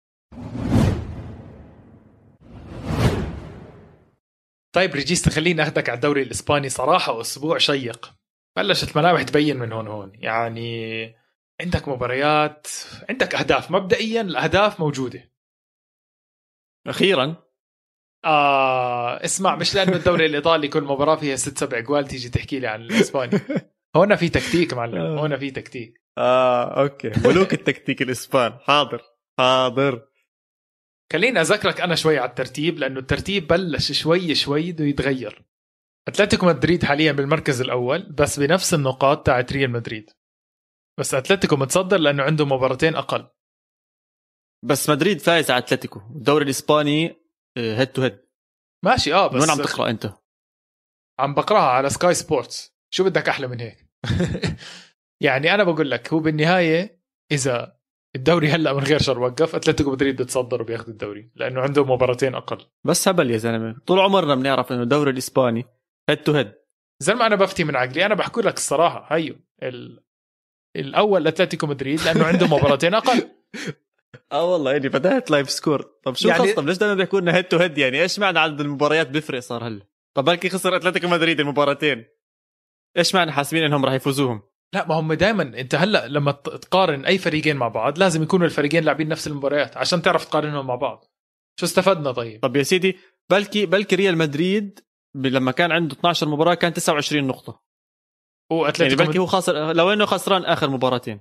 طيب ريجيس خليني أخذك على الدوري الإسباني. صراحة أسبوع شيق، بلشت ملامح تبين من هون. يعني عندك مباريات، عندك أهداف. مبدئيا الأهداف موجودة أخيرا. اسمع، مش لأنه الدوري الإيطالي كل مباراة فيها 6-7 جوال تيجي تحكي لي عن الإسباني. هنا في تكتيك معلم، هنا في تكتيك. أوكي ملوك التكتيك الإسبان. حاضر. خليني أذكرك أنا شوي على الترتيب، لأنه الترتيب بلش شوي بده يتغير. أتلتيكو مدريد حاليا بالمركز الأول بس بنفس النقاط تاعت ريال مدريد، بس أتلتيكو متصدر لأنه عنده مباراتين أقل. بس مدريد فايز على أتلتيكو. الدوري الإسباني هيد تو هيد ماشي. بس وين عم تقرأ أنت؟ عم بقرأها على سكاي سبورتس. شو بدك أحلى من هيك؟ يعني أنا بقول لك هو بالنهاية إذا الدوري هلا من غير شر وقف، أتلتيكو مدريد بتصدر وبياخذ الدوري لأنه عنده مباراتين أقل. بس هبل يا زلمة، طول عمرنا بنعرف إنه الدوري الإسباني هيد تو هيد. زلمة أنا بفتي من عقلي، أنا بحكي لك الصراحة. هيو الأول أتلتيكو مدريد لأنه عنده مباراتين أقل. والله يعني بدأت لايف سكور. طب شو يعني طب ليش دائما بيحكوا لنا هيد تو هيد؟ يعني إيش معنى عدد المباريات بيفرق صار هلا؟ طب بلكي خسر أتلتيكو مدريد المباراتين، إيش معنى حاسبين إنهم راح يفوزوهم؟ لا ما هم دائما انت هلا لما تقارن اي فريقين مع بعض لازم يكونوا الفريقين لاعبين نفس المباريات عشان تعرف تقارنهم مع بعض. شو استفدنا؟ طب يا سيدي بلكي ريال مدريد لما كان عنده 12 مباراة كان 29 نقطة، واتلتيكو يعني بلكي هو خاسر لو انه خسران اخر مباراتين.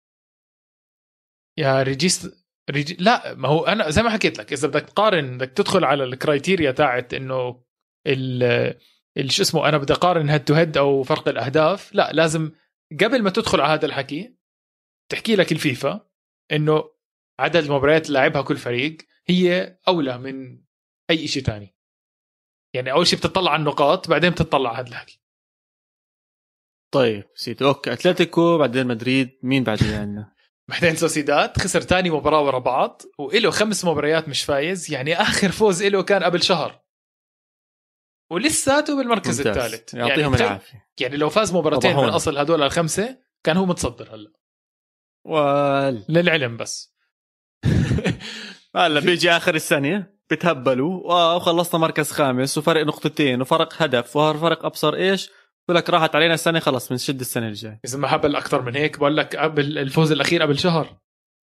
يا لا ما هو انا زي ما حكيت لك، اذا بدك تقارن بدك تدخل على الكرايتيريا تاعت انه شو اسمه، انا بدي اقارن هيد تو هيد او فرق الاهداف. لا لازم قبل ما تدخل على هذا الحكي تحكي لك الفيفا انه عدد المباريات اللي لعبها كل فريق هي اولى من اي شيء تاني. يعني اول شيء بتطلع على النقاط بعدين بتطلع على هذا الحكي. طيب سيدي اوكي، اتلتيكو بعدين مدريد، مين بعدين عندنا؟ بعدين سوسيداد خسر تاني مباراة ورا بعض وإله 5 مباريات مش فايز. يعني آخر فوز إله كان قبل شهر. ولساته بالمركز ممتاز. الثالث. يعطيهم يعني العافية. يعني لو فاز مباراتين من وضحونا. أصل هدول الخمسة كان هو متصدر هلا للعلم بس. هلا بيجي آخر السنة بتهبلوا وخلصنا مركز خامس وفرق نقطتين وفرق هدف وفرق أبصر إيش، بقول لك راحت علينا السنة خلص بنشد السنة الجاي. إذا ما هبل أكتر من هيك بقول لك قبل الفوز الأخير قبل شهر.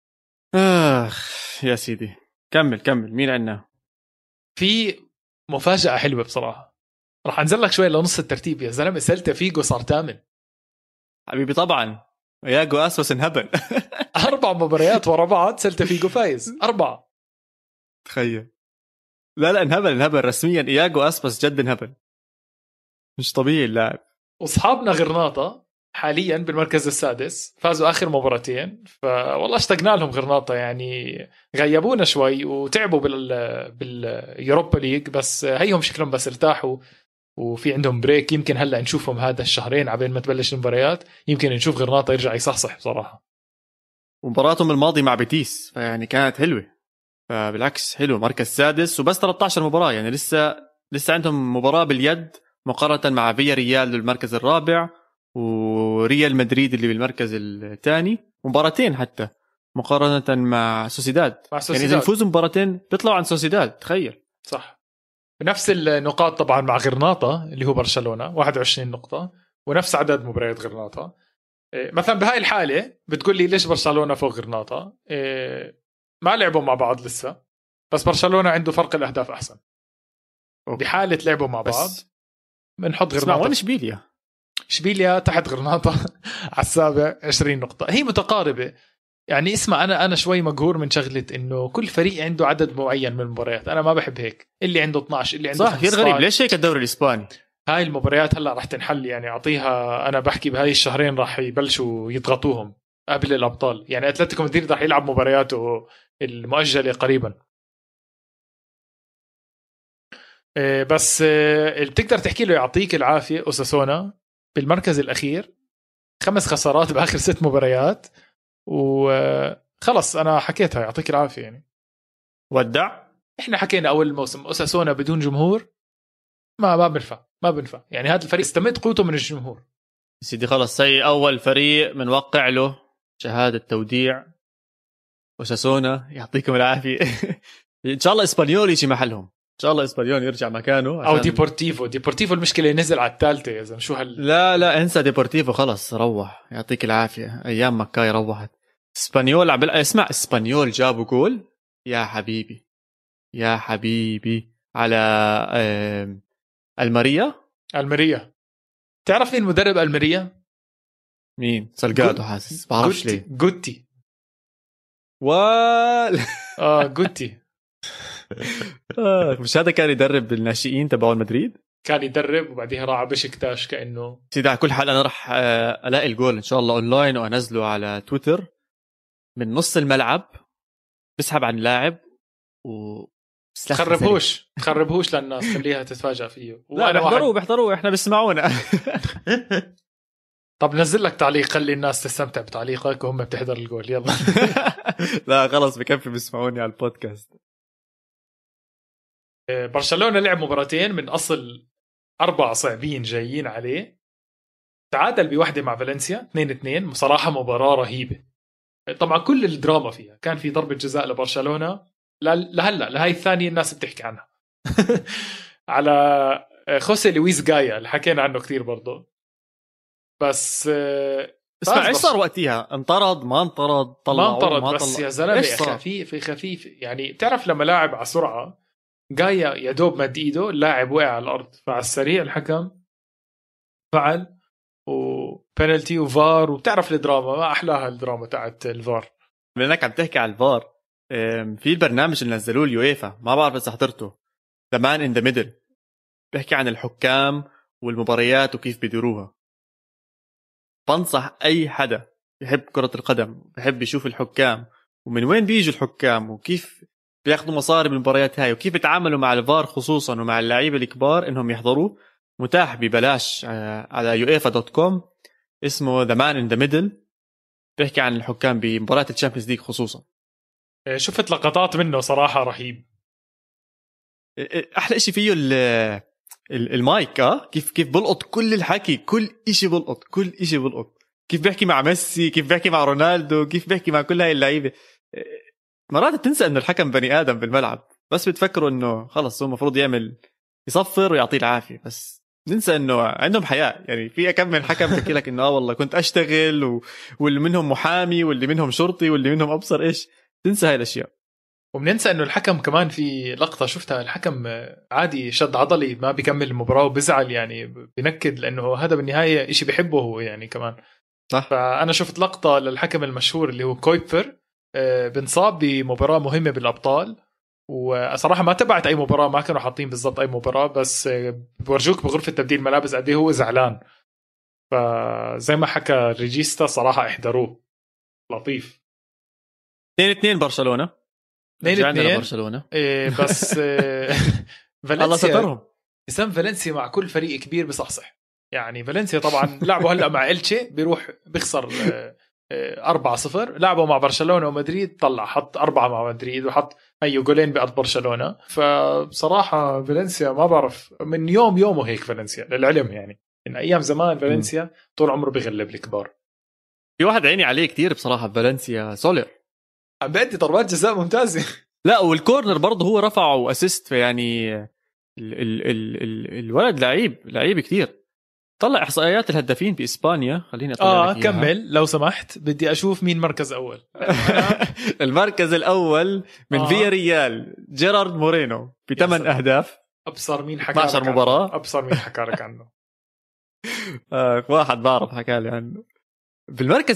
يا سيدي كمل مين عنا؟ في مفاجأة حلوة بصراحة، راح أنزل لك شوي لنص الترتيب يا زلمة. سيلتا فيجو صار 8 حبيبي طبعا ياجو أسوس انهبل 4 مباريات ورا بعض سيلتا فيجو فايز 4. تخيل. لا انهبل رسميا. إياجو أسبس جد انهبل مش طبيعي اللاعب. واصحابنا غرناطة حاليا بالمركز السادس فازوا آخر مباراتين، فوالله اشتقنا لهم غرناطة. يعني غيبونا شوي وتعبوا باليوروبا ليج، بس هيهم شكلهم بس ارتاحوا وفي عندهم بريك. يمكن هلأ نشوفهم هذا الشهرين عبين ما تبلش المباريات، يمكن نشوف غرناطة يرجع يصحصح بصراحة. ومباراتهم الماضي مع بيتيس يعني كانت حلوة، فبالعكس حلو مركز سادس وبس 13 مباراة. يعني لسه عندهم مباراة باليد مقارنة مع فيا ريال بالمركز الرابع وريال مدريد اللي بالمركز الثاني، مباراتين حتى مقارنة مع سوسيداد. يعني إذا يفوزوا مباراتين بيطلعوا عن سوسيداد. تخيل. صح. بنفس النقاط طبعا مع غرناطة اللي هو برشلونة 21 نقطة ونفس عدد مباريات غرناطة. مثلا بهاي الحالة بتقول لي ليش برشلونة فوق غرناطة؟ ما لعبوا مع بعض لسه، بس برشلونة عنده فرق الأهداف أحسن. بحالة لعبوا مع بعض بنحط غرناطة. وين إشبيليا تحت غرناطة على السابع 20 نقطة. هي متقاربة. يعني اسمع، أنا شوي مقهور من شغلة إنه كل فريق عنده عدد معين من المباريات. أنا ما بحب هيك. اللي عنده 12 اللي عنده 15. صح كثير غريب. ليش هيك الدوري الإسباني؟ هاي المباريات هلأ رح تنحل. يعني أعطيها، أنا بحكي بهاي الشهرين رح يبلشوا يضغطوهم قبل الأبطال. يعني أتلتيكو مدريد رح يلعب مبارياته المؤجلة قريبا. بس اللي بتقدر تحكي له يعطيك العافية أوساسونا بالمركز الأخير 5 خسارات بآخر 6 مباريات وخلص. أنا حكيتها يعطيك العافية. يعني ودع. إحنا حكينا أول الموسم أوساسونا بدون جمهور ما بنفع. يعني هذا الفريق استمد قوته من الجمهور. سيدي خلص هي أول فريق منوقع له شهادة توديع أوساسونا. يعطيكم العافية إن شاء الله إسبانيول يجي محلهم. إن شاء الله إسبانيول يرجع مكانه أو ديبورتيفو المشكلة نزل على الثالثة يا زلمة. شو لا انسى ديبورتيفو خلص روح. يعطيك العافية. أيام مكاي روحت. إسبانيول اسمع إسبانيول جابوا جول يا حبيبي على الماريا. تعرف مين مدرب الماريا؟ مين؟ سلقادو. حاسس بعرفش ليه. جوتي جوتي مش هذا كان يدرب الناشئين تبعون مدريد؟ كان يدرب وبعديها راح بشكتاش. كأنه سيدي على كل حال أنا رح ألاقي الجول إن شاء الله أونلاين وأنزله على تويتر. من نص الملعب بسحب عن لاعب تخربهوش للناس. خليها تتفاجأ فيه. لا بيحضروا إحنا بسمعونا طب نزل لك تعليق خلي الناس تستمتع بتعليقك وهم بتحضر الجول. يلا لا خلص بكفي بسمعوني على البودكاست. برشلونة لعب مباراتين من أصل 4 صعبين جايين عليه. تعادل بواحدة مع فالنسيا 2-2. بصراحة مباراة رهيبة. طبعا كل الدراما فيها. كان في ضربة جزاء لبرشلونة لهلا لهاي الثانية الناس بتحكي عنها على خوسيه لويس غايا اللي حكينا عنه كتير برضه. بس اسمع ايش صار وقتها؟ انطرد ما انطرد؟ ما انطرد بس يا زلمة خفيف. يعني بتعرف لما لاعب على سرعة غايا يدوب مد ايده اللاعب وقع على الأرض، فعلى السريع الحكم فعل وبنالتي وفار. وبتعرف الدراما ما أحلاها الدراما تاعت الفار. لأنك عم تحكي على الفار، في البرنامج اللي نزلوه اليويفا ما بعرف إذا حضرته The Man in the Middle بيحكي عن الحكام والمباريات وكيف بيديروها. بنصح أي حدا يحب كرة القدم بيحب يشوف الحكام ومن وين بيجوا الحكام وكيف بياخدوا مصاري بالمباريات هاي وكيف يتعاملوا مع الفار خصوصا ومع اللاعبين الكبار إنهم يحضروه. متاح ببلاش على uefa.com اسمه The Man in the Middle. بيحكي عن الحكام بمباراة الشامبيونز ليج خصوصا. شفت لقطات منه صراحة رهيب. أحلى إشي فيه المايك كيف بلقط كل الحكي، كل إشي بلقط كيف بيحكي مع ميسي، كيف بيحكي مع رونالدو، كيف بيحكي مع كل هاي اللعيبه. مرات بتنسى انه الحكم بني ادم بالملعب، بس بتفكروا انه خلص هو المفروض يصفر ويعطيه العافيه، بس ننسى انه عندهم حياه. يعني في كم من حكم بحكي لك انه والله كنت اشتغل واللي منهم محامي واللي منهم شرطي واللي منهم ابصر ايش. تنسى هاي الاشياء. وبننسى انه الحكم كمان في لقطه شفتها، الحكم عادي شد عضلي ما بيكمل المباراه وبزعل، يعني بنكد لانه هذا بالنهايه إشي بيحبه هو يعني كمان. صح. فانا شفت لقطه للحكم المشهور اللي هو كويبر، بنصاب بمباراه مهمه بالابطال، وصراحه ما تبعت اي مباراه، ما كانوا حاطين بالضبط اي مباراه، بس بورجوك بغرفه تبديل ملابس قد ايه هو زعلان. فزي ما حكى ريجيستا صراحه احضروه، لطيف. 2-2 برشلونه. 2-2 برشلونه بس الله سترهم. اسم فالنسيا مع كل فريق كبير بصحصح. يعني فالنسيا طبعا لعبوا هلا مع إلتشي بيروح بيخسر 4-0، لعبوا مع برشلونه ومدريد طلع حط 4 مع مدريد وحط جولين بقد برشلونه. فبصراحه فالنسيا ما بعرف من يومه هيك فالنسيا للعلم، يعني من ايام زمان فالنسيا طول عمره بيغلب الكبار. في واحد عيني عليه كتير بصراحه بفالنسيا، سولر عم بدي ضربات جزاء ممتازه. لا والكورنر برضه هو رفعه واسيست، يعني الولد لعيب كتير. طلع احصائيات الهدافين باسبانيا، خليني اطلع لك إياها. كمل لو سمحت، بدي اشوف مين مركز اول. المركز الاول من فيا ريال جيرارد مورينو ب8 اهداف. ابصر مين حكى 12 مباراه. ابصر مين حكى لك عنه. واحد بعرف حكى لي عنه. بالمركز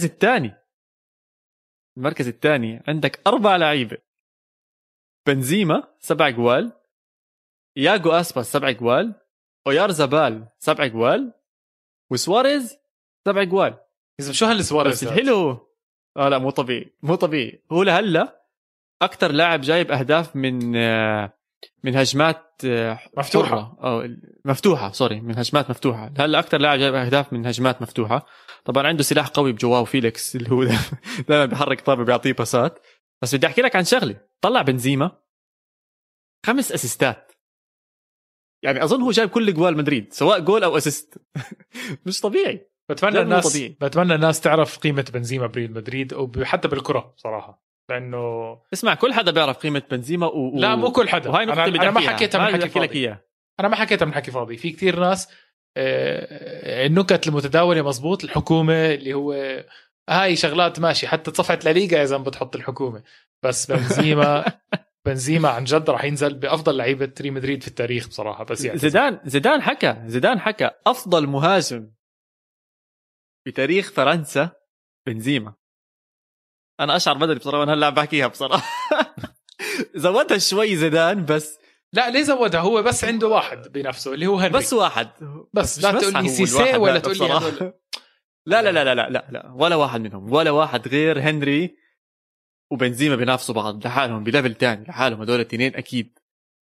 الثاني عندك 4 لعيبه: بنزيما 7 جوال، ياغو اسباس 7 جوال، اويارزابال 7 جوال، وسواريز 7 جوال. إذا شو هالسواريز الحلو لا مو طبيعي. هو لهلا اكثر لاعب جايب اهداف من هجمات مفتوحه او مفتوحه من هجمات مفتوحه. هلا اكثر لاعب جايب اهداف من هجمات مفتوحه. طبعا عنده سلاح قوي بجواو فيليكس اللي هو دائما بيحرك طابه بيعطيه باسات. بس بدي احكي لك عن شغله. طلع بنزيما 5 اسيستات، يعني اظن هو جايب كل جوال مدريد سواء جول او اسيست. مش طبيعي. بتمنى الناس تعرف قيمه بنزيما بريال مدريد وحتى بالكره صراحه، لانه اسمع كل حدا بيعرف قيمه بنزيما لا مو كل حدا. انا ما حكيتها من حكي فاضي. انا ما حكيتها من حكي فاضي. في كتير ناس النكت المتداوله مزبوط، الحكومه اللي هو هاي شغلات ماشي، حتى صفحه لا ليغا اذا بتحط الحكومه، بس بنزيما عن جد راح ينزل بافضل لعيبه ريال مدريد في التاريخ بصراحه. بس يعني زيدان حكى افضل مهاجم في تاريخ فرنسا بنزيما. انا اشعر بدري بصراحه انا هلا بحكيها بصراحه. زودها شوي زيدان بس لا ليه زودها؟ هو بس عنده واحد بنفسه اللي هو هنري، بس واحد بس لا تقول لي سيسي ولا تقول لي هذول. لا ولا واحد منهم، ولا واحد غير هنري وبنزيما بينافسوا بعض لحالهم بليفل تاني لحالهم هذول الاثنين اكيد.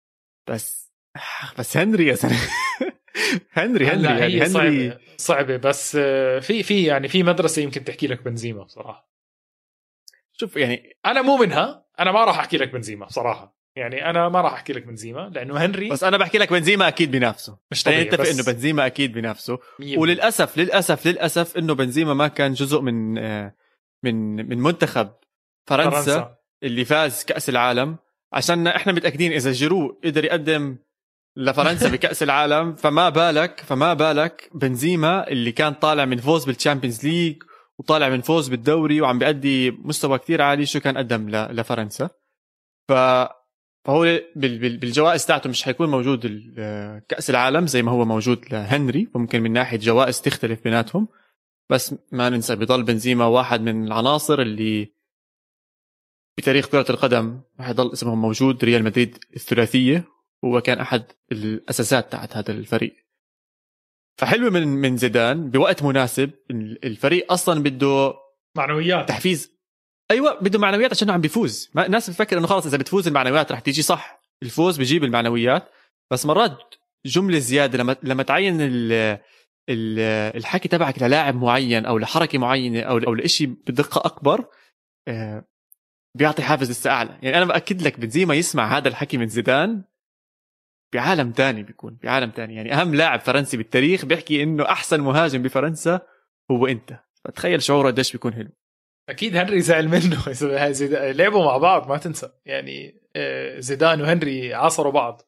بس هنري يا سنة. هنري يعني هنري صعبة بس في يعني في مدرسة يمكن تحكي لك بنزيما بصراحة. شوف يعني أنا مو منها، أنا ما راح أحكي لك بنزيما بصراحة، يعني أنا ما راح أحكي لك بنزيما لأنه هنري، بس أنا بحكي لك بنزيما أكيد بنفسه. مش طبيعي نتفق إنه بنزيما أكيد بنفسه. وللأسف إنه بنزيما ما كان جزء من منتخب فرنسا اللي فاز كأس العالم، عشان إحنا متأكدين إذا جيرو قدر يقدم لفرنسا بكأس العالم فما بالك بنزيما اللي كان طالع من فوز بالتشامبيونز ليج وطالع من فوز بالدوري وعم بيأدي مستوى كتير عالي شو كان قدم لفرنسا. فهو بالجوائز تاعته مش حيكون موجود كأس العالم زي ما هو موجود لهنري، ممكن من ناحية جوائز تختلف بيناتهم. بس ما ننسى بضل بنزيما واحد من العناصر اللي بتاريخ كرة القدم حيضل اسمهم موجود. ريال مدريد الثلاثية هو كان أحد الأساسات تاعت هذا الفريق. فحلو من زيدان بوقت مناسب. الفريق أصلا بده معنويات تحفيز. أيوة بده معنويات عشان عم بيفوز. الناس بتفكر إنه خلاص إذا بتفوز المعنويات رح تيجي. صح الفوز بيجيب المعنويات، بس مرات جملة زيادة لما تعين الحكي تبعك للاعب معين أو لحركة معينة أو لإشي بدقة أكبر بيعطي حافز لسه أعلى. يعني أنا بأكد لك بنزيما يسمع هذا الحكي من زيدان بعالم تاني، بيكون بعالم تاني. يعني اهم لاعب فرنسي بالتاريخ بيحكي انه احسن مهاجم بفرنسا هو انت، فتخيل شعوره قديش بيكون حلو. اكيد هنري زعل منه اذا لعبوا مع بعض، ما تنسى يعني زيدان وهنري عاصروا بعض.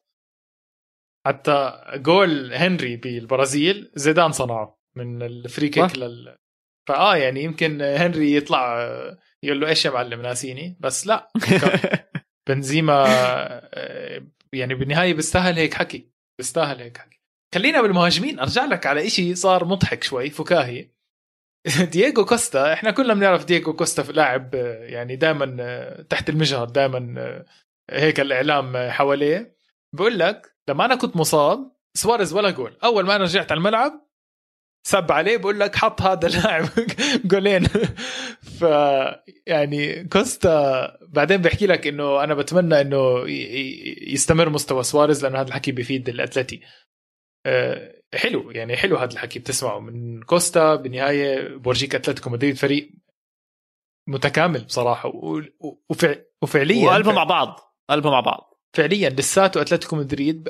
حتى جول هنري بالبرازيل زيدان صنعه من الفري كيك يعني يمكن هنري يطلع يقول له ايش يا معلم ناسيني، بس لا بنزيما يعني بالنهاية بيستاهل هيك حكي، بيستاهل هيك حكي. خلينا بالمهاجمين، ارجع لك على اشي صار مضحك شوي فكاهي. دييغو كوستا، احنا كلنا بنعرف دييغو كوستا في لاعب يعني دائما تحت المجهر، دائما هيك الاعلام حواليه. بقول لك لما انا كنت مصاب سواريز ولا جول، اول ما انا رجعت على الملعب سب عليه، بقول لك حط هذا اللاعب جولين. ف يعني كوستا بعدين بحكي لك انه انا بتمنى انه يستمر مستوى سواريز، لانه هذا الحكي بيفيد الاتلتي. حلو يعني، حلو هذا الحكي بتسمعه من كوستا. بالنهاية بورجيك أتلتيكو مدريد فريق متكامل بصراحة، وفعليا وقلبهم مع بعض، قلبهم مع بعض فعليا. لساته أتلتيكو مدريد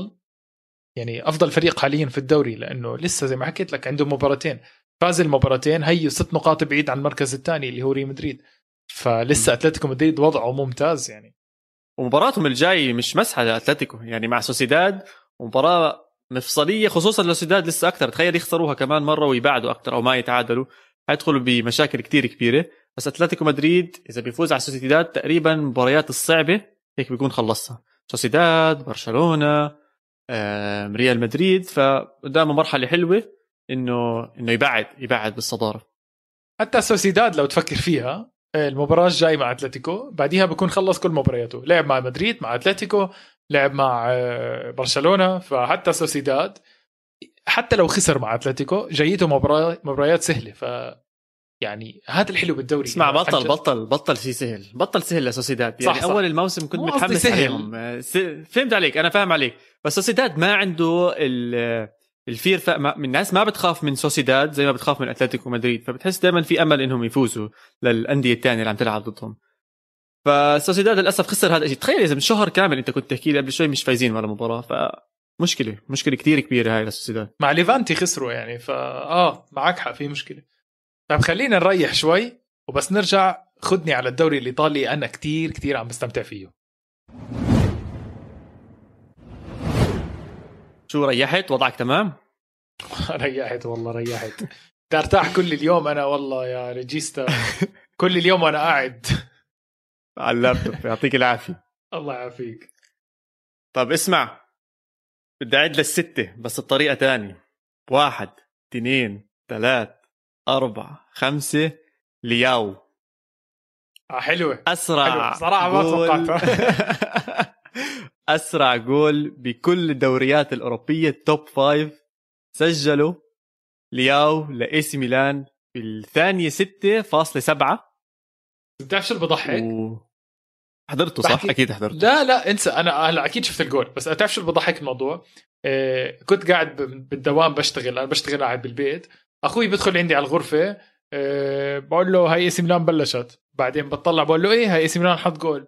أفضل فريق حاليا في الدوري، لأنه لسه زي ما حكيت لك عنده مباراتين، فاز المباراتين، هي 6 نقاط بعيد عن المركز الثاني اللي هو ريال مدريد. فلسه أتلتيكو مدريد وضعه ممتاز يعني. ومباراتهم الجاي مش مسحة لأتلتيكو، يعني مع سوسيداد ومباراة مفصلية، خصوصا لسوسيداد لسه أكتر. تخيل يخسروها كمان مرة ويبعدوا أكتر أو ما يتعادلوا، هيدخلوا بمشاكل كتير كبيرة. بس أتلتيكو مدريد إذا بيفوز على سوسيداد تقريبا مباريات الصعبة هيك بيكون خلصها، سوسيداد، برشلونة، ريال مدريد، فقدامه مرحلة حلوة إنه يبعد بالصدارة. حتى سوسيداد لو تفكر فيها المباراة الجاي مع أتلتيكو، بعديها بكون خلص كل مبارياته، لعب مع مدريد، مع أتلتيكو، لعب مع برشلونة. فحتى سوسيداد حتى لو خسر مع أتلتيكو جايته مباريات سهلة. ف يعني هذا الحلو بالدوري. اسمع بطل شيء سهل، بطل سهل لسوسيداد يعني. صح. أول الموسم كنت متحمس عليهم، فهمت عليك، أنا فاهم عليك. بس سوسيداد ما عنده الفير، من الناس ما بتخاف من سوسيداد زي ما بتخاف من أتلتيكو مدريد، فبتحس دائما في أمل إنهم يفوزوا للأندية الثانية اللي عم تلعب ضدهم. فسوسيداد للأسف خسر هذا الشيء. تخيل إذا من شهر كامل أنت كنت تحكي لي قبل شوي مش فايزين ولا مباراة، فمشكلة كتير كبيرة هاي لسوسيداد. مع ليفانتي خسروا يعني، معك حق، في مشكلة. طيب خلينا نريح شوي وبس نرجع. خدني على الدوري الإيطالي، أنا كتير عم بستمتع فيه. شو ريحت؟ وضعك تمام؟ ريحت والله، ريحت. ترتاح كل اليوم أنا والله يا ريجيستا. كل اليوم وأنا قاعد على اللابتوب. يعطيك العافية. الله يعافيك. طب اسمع، بدي أعد للستة بس بطريقة تانية. 1 2 3 4 5 لياو. حلوة. أسرع صراحة ما توقعتها. أسرع جول بكل الدوريات الأوروبية التوب 5 سجلوا لياو لإيسي ميلان في الثانية 6.7. بتعرف شو اللي بضحك؟ حضرته صح؟ أكيد حضرته. لا انسى، أنا هلا أكيد شفت الجول، بس أتعرف شو اللي بضحك الموضوع؟ كنت قاعد بالدوام بشتغل، أنا بشتغل قاعد بالبيت، أخوي بدخل عندي على الغرفة، بقول له هاي إيسي ميلان بلشت. بعدين بطلع بقول له إيه، هاي إيسي ميلان حط جول.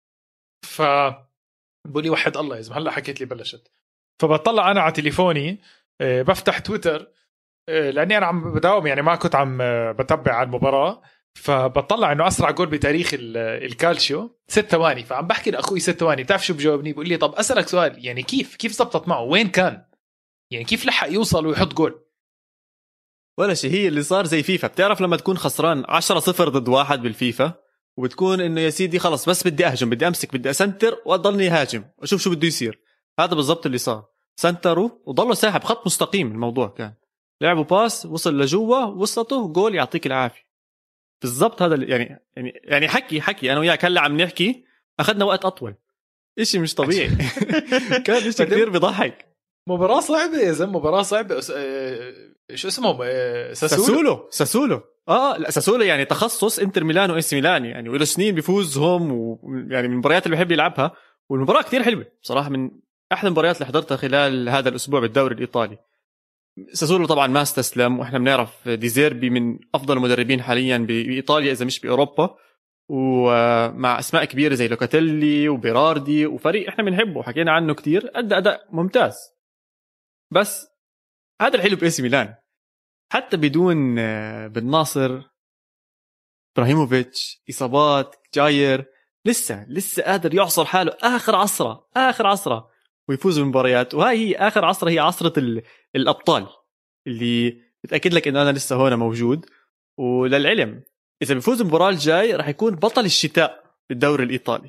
بقول لي وحد الله يا زلمة، هلا حكيت لي بلشت. فبطلع أنا على تليفوني، بفتح تويتر، لأني أنا عم بداوم يعني، ما كنت عم بتابع على المباراة. فبطلع إنه أسرع جول بتاريخ الكالشيو 6 ثواني. فعم بحكي لأخوي 6 ثواني، بتعرف شو بجاوبني؟ بقول لي طب أسألك سؤال، يعني كيف زبطت معه؟ وين كان يعني؟ كيف لحق يوصل ويحط جول؟ ولا شيء. هي اللي صار زي فيفا. بتعرف لما تكون خسران 10-0 ضد 1 بالفيفا، وبتكون إنه يا سيدي خلص بس بدي أهجم، بدي أمسك، بدي أسنتر وأضلني هاجم وأشوف شو بده يصير. هذا بالضبط اللي صار. سنتروا وضلوا ساحب خط مستقيم. الموضوع كان لعبوا باس، وصل لجوا، وصلته جول، يعطيك العافية. بالضبط هذا يعني حكي أنا وياك هلا عم نحكي، أخذنا وقت أطول. إشي مش طبيعي. كان إشي كثير بضحك. مباراة صعبة يا زلمة، مباراة صعبة. شو اسمه؟ ساسولو. لا ساسولو يعني تخصص انتر ميلان وإيسي ميلان يعني، وله سنين بيفوزهم، ويعني من المباريات اللي بحب يلعبها. والمباراة كتير حلوة بصراحة، من أحلى المباريات اللي حضرتها خلال هذا الأسبوع بالدوري الإيطالي. ساسولو طبعا ما استسلم، وإحنا بنعرف ديزيربي من أفضل المدربين حاليا بإيطاليا إذا مش بأوروبا. ومع اسماء كبيره زي لوكاتيلي وبيراردي وفريق احنا بنحبه حكينا عنه كتير، ادى اداء ممتاز. بس هذا الحلو باي سي ميلان، حتى بدون بن ناصر، ابراهيموفيتش، اصابات، جاير، لسه قادر يعصر حاله اخر عصره ويفوز بالمباريات. وهاي هي اخر عصره، هي عصره الابطال اللي بتاكد لك انه انا لسه هون موجود. وللعلم اذا بيفوز المباراه الجاي راح يكون بطل الشتاء بالدوري الايطالي.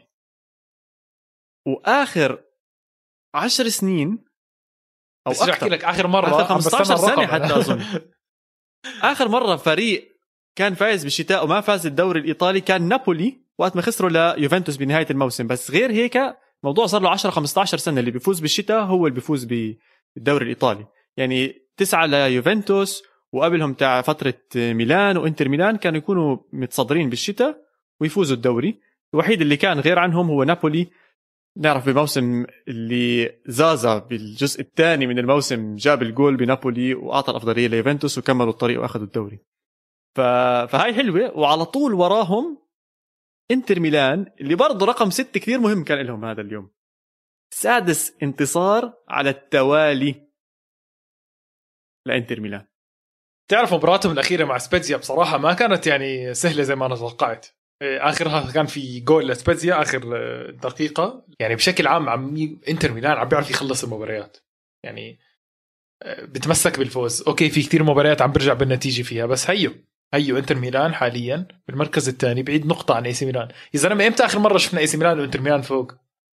واخر 10 سنين او بس احكي لك اخر مره آخر 15 سنه حتى اظن اخر مره فريق كان فايز بالشتاء وما فاز الدوري الايطالي كان نابولي وقت ما خسروا ليوفنتوس بنهايه الموسم. بس غير هيك موضوع صار له 10 15 سنه اللي بيفوز بالشتاء هو اللي بيفوز بالدوري الايطالي. يعني 9 ليوفنتوس، وقبلهم تاع فتره ميلان وانتر ميلان كانوا يكونوا متصدرين بالشتاء ويفوزوا الدوري. الوحيد اللي كان غير عنهم هو نابولي. نعرف بموسم اللي زازا بالجزء الثاني من الموسم جاب الجول بنابولي واعطى الافضليه ليوفنتوس وكملوا الطريق واخذوا الدوري. فهاي حلوه. وعلى طول وراهم انتر ميلان اللي برضه رقم 6 كثير مهم كان لهم هذا اليوم، 6 انتصار على التوالي لانتر ميلان. تعرف مباراتهم الأخيرة مع سبيتزيا بصراحة ما كانت يعني سهلة زي ما أنا توقعت. آخرها كان في جول لسبيتزيا آخر دقيقة. يعني بشكل عام انتر ميلان عم بيعرف يخلص المباريات، يعني بتمسك بالفوز. أوكي في كتير مباريات عم برجع بالنتيجة فيها، بس هيو انتر ميلان حاليا بالمركز الثاني بعيد نقطة عن اي سي ميلان. يا زلمة امتى آخر مرة شفنا اي سي ميلان وانتر ميلان فوق؟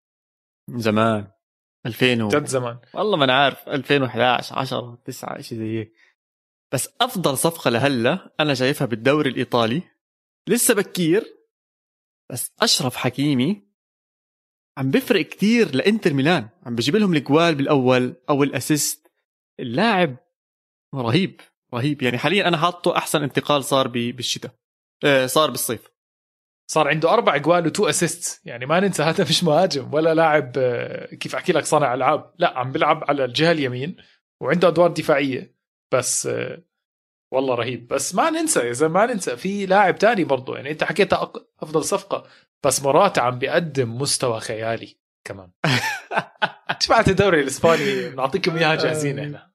زمان 2000 جد زمان والله ما أنا عارف 2011 10 9 شيء زي هيك. بس أفضل صفقة لهلا أنا شايفها بالدوري الإيطالي، لسه بكير بس أشرف حكيمي عم بفرق كتير لإنتر ميلان، عم بجيب لهم الجوال بالأول أو الأسيست. اللاعب رهيب يعني حاليا أنا حاطه أحسن انتقال صار بالشتاء، صار بالصيف. صار عنده 4 جوال و2 اسيست. يعني ما ننسى هذا مش مهاجم ولا لاعب كيف أحكي لك صانع ألعاب، لا عم بيلعب على الجهة اليمين وعنده أدوار دفاعية بس. والله رهيب. بس ما ننسى إذا ما ننسى في لاعب تاني برضو. يعني أنت حكيت أفضل صفقة، بس موراتا عم بيقدم مستوى خيالي كمان. تبعت الدوري الإسباني نعطيكم إياها جاهزين إحنا.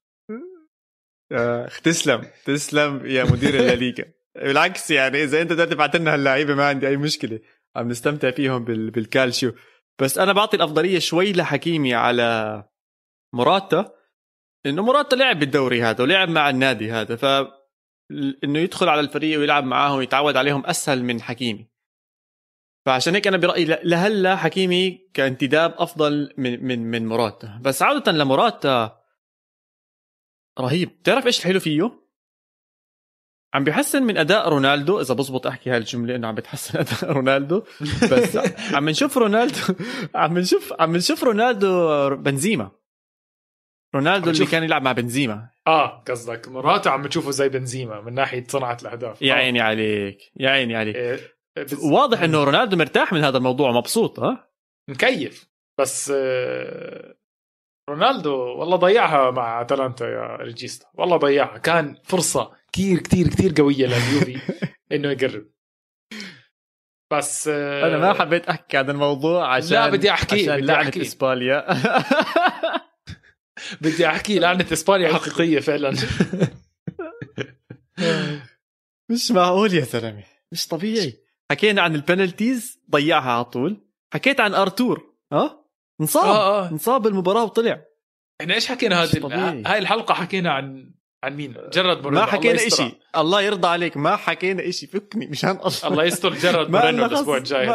تسلم يا مدير الليغا. بالعكس يعني إذا أنت تبعت لنا هاللاعيبة ما عندي أي مشكلة، عم نستمتع فيهم بالكالشيو. بس أنا بعطي الأفضلية شوي لحكيمي على موراتا، إنه موراتا لعب بالدوري هذا ولعب مع النادي هذا، إنه يدخل على الفريق ويلعب معاهم ويتعود عليهم أسهل من حكيمي. فعشان هيك أنا برأيي لهلا حكيمي كانتداب أفضل من موراتا. بس عودة لموراتا رهيب. تعرف إيش الحلو فيه؟ عم بيحسن من أداء رونالدو، إذا بزبط أحكي هاي الجملة إنه عم بتحسن أداء رونالدو. بس عم نشوف رونالدو عم نشوف رونالدو بنزيما، رونالدو اللي كان يلعب مع بنزيما. قصدك موراتا عم تشوفه زي بنزيما من ناحية صناعة الأهداف. يا عيني عليك يا عيني عليك. واضح إنه رونالدو مرتاح من هذا الموضوع، مبسوط مكيف. بس رونالدو والله ضيعها مع أتلانتا يا ريجيستا، والله ضيعها. كان فرصة كتير كتير كتير قوية لليوفي إنه يقرب. بس أنا ما حبيت أحكي عن الموضوع عشان لا بدي أحكي لعنة إسبانيا. بدي أحكي لعنة إسبانيا حقيقية فعلا. مش معقول يا زلمة، مش طبيعي. حكينا عن البنالتيز ضيعها على طول. حكيت عن أرتور انصاب المباراة وطلع. احنا ايش حكينا هاي الحلقة؟ حكينا عن مين؟ جرد مورينو. ما حكينا إشي، الله يرضى عليك ما حكينا إشي، فكني مشان أصلا الله يستر. جرد مورينو الأسبوع الجاي.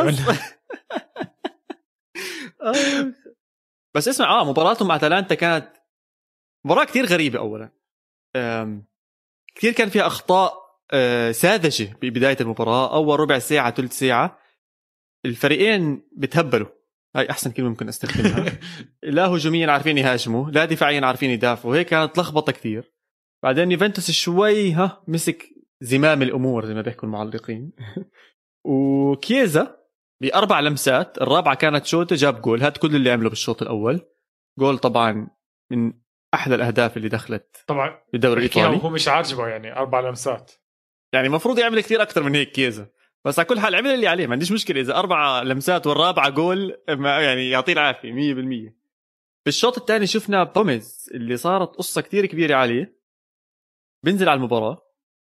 بس اسمع مباراتهم مع أتلانتا كانت مباراة كتير غريبة. أولا كتير كان فيها أخطاء ساذجة ببداية المباراة. أول ربع ساعة ثلث ساعة الفريقين بتهبلوا، هاي أحسن كلمة ممكن أستخدمها. لا هجوميا عارفين يهاجموا، لا دفاعيا عارفين يدافعوا، هيك كانت لخبطة كتير. بعدين يوفنتوس شوي مسك زمام الأمور زي ما بيحكوا المعلقين. وكيزا ب4 لمسات، الرابعة كانت شوطة جاب جول. هاد كل اللي عمله بالشوط الأول. جول طبعا من أحلى الأهداف اللي دخلت طبعا بالدوري الإيطالي. هو مش عاجبه يعني 4 لمسات، يعني مفروض يعمل كتير أكتر من هيك كيزا. بس على كل حال عمل اللي عليه، ما عنديش مشكله اذا 4 لمسات والرابعه جول، يعني يعطيه العافيه 100%. بالشوط الثاني شفنا بوميز اللي صارت قصه كتير كبيره عليه، بينزل على المباراه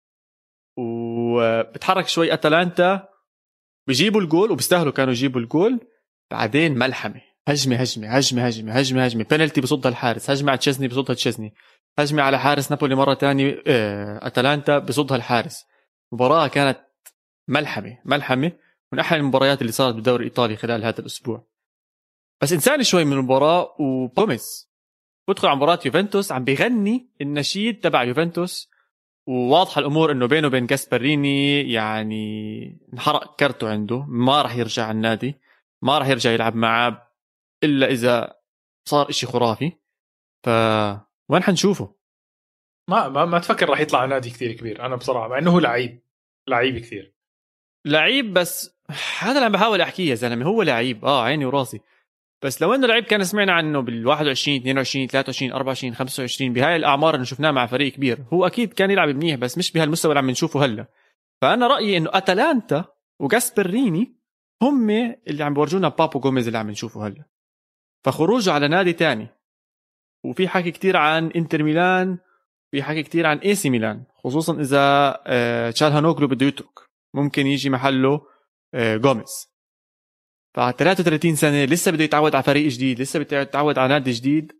وبتحرك شوي أتلانتا، بيجيبوا الجول وبيستاهلوا كانوا يجيبوا الجول. بعدين ملحمه، هجمه بينالتي بصدها الحارس، هجمه على تشيزني بصدها تشيزني، هجمه على حارس نابولي مره تانية أتلانتا بصدها الحارس. مباراه كانت ملحمه من احلى المباريات اللي صارت بالدوري الايطالي خلال هذا الاسبوع. بس انساني شوي من المباراه، وبوميز بدخل على مباراه يوفنتوس عم بيغني النشيد تبع يوفنتوس، وواضحه الامور انه بينه وبين جاسبريني يعني انحرق كرته عنده، ما راح يرجع على النادي، ما راح يرجع يلعب معه الا اذا صار اشي خرافي. ف وين حنشوفه؟ ما تفكر راح يطلع نادي كثير كبير. انا بصراحه مع انه هو لعيب كثير لعيب، بس هذا اللي عم بحاول احكيه يا زلمه، هو لعيب عيني وراسي، بس لو انه لعيب كان سمعنا عنه بال21 22 23 24 25 بهاي الاعمار اللي شفناه مع فريق كبير، هو اكيد كان يلعب منيح، بس مش بهالمستوى اللي عم نشوفه هلا. فانا رايي انه اتلانتا وغاسبريني هم اللي عم بورجونا بابو جوميز اللي عم نشوفه هلا. فخروجه على نادي تاني، وفي حكي كتير عن انتر ميلان، في حكي كتير عن اي سي ميلان، خصوصا اذا تشالهانوغلو بده يترك ممكن يجي محله جوميز. ف 33 سنة لسه بده يتعود على فريق جديد، لسه بده يتعود على نادي جديد.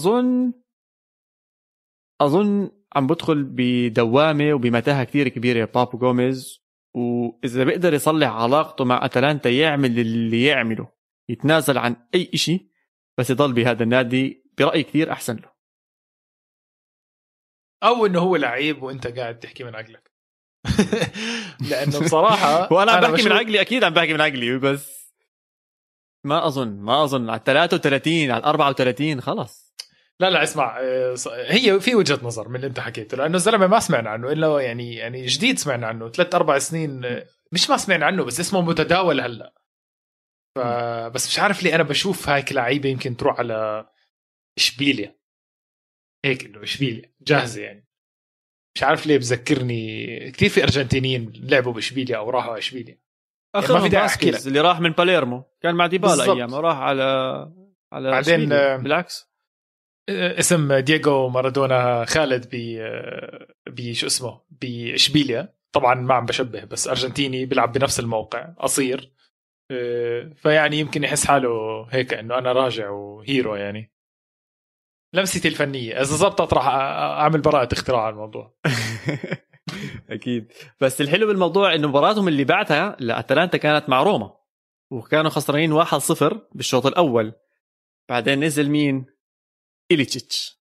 أظن عم بدخل بدوامة وبمتاهة كتير كبيرة بابو جوميز، وإذا بيقدر يصلح علاقته مع أتلانتا يعمل اللي يعمله، يتنازل عن أي إشي بس يضل بهذا النادي، برأيي كتير أحسن له. او انه هو لعيب وانت قاعد تحكي من عقلك. لانه بصراحه وانا عم بحكي من عقلي، اكيد عم بحكي من عقلي، بس ما اظن على 33 على 34 خلص. لا اسمع، هي في وجهة نظر من اللي انت حكيته، لانه الزلمه ما سمعنا عنه الا يعني جديد، سمعنا عنه 3-4 سنين، مش ما سمعنا عنه بس اسمه متداول هلا. بس مش عارف ليه انا بشوف هايك لعيبه يمكن تروح على اشبيليا، هيك انه اشبيليا جاهزه يعني. مش عارف ليه بذكرني كثير في ارجنتينيين لعبوا باشبيليا او راحوا اشبيليا. يعني ما في داعي احكي لك اللي راح من باليرمو كان مع ديبالا ايام، راح على بعدين بالعكس. اسم دييغو مارادونا خالد شو اسمه باشبيليا، طبعا ما عم بشبه، بس ارجنتيني بيلعب بنفس الموقع قصير، فيعني يمكن يحس حاله هيك انه انا راجع وهيرو يعني. لمستي الفنيه اذا زبطت راح اعمل براءه اختراع على الموضوع. اكيد. بس الحلو بالموضوع انه مباراتهم اللي بعدها لاتلانتا كانت مع روما، وكانوا خسرانين 1-0 بالشوط الاول. بعدين نزل مين؟ إليتشيتش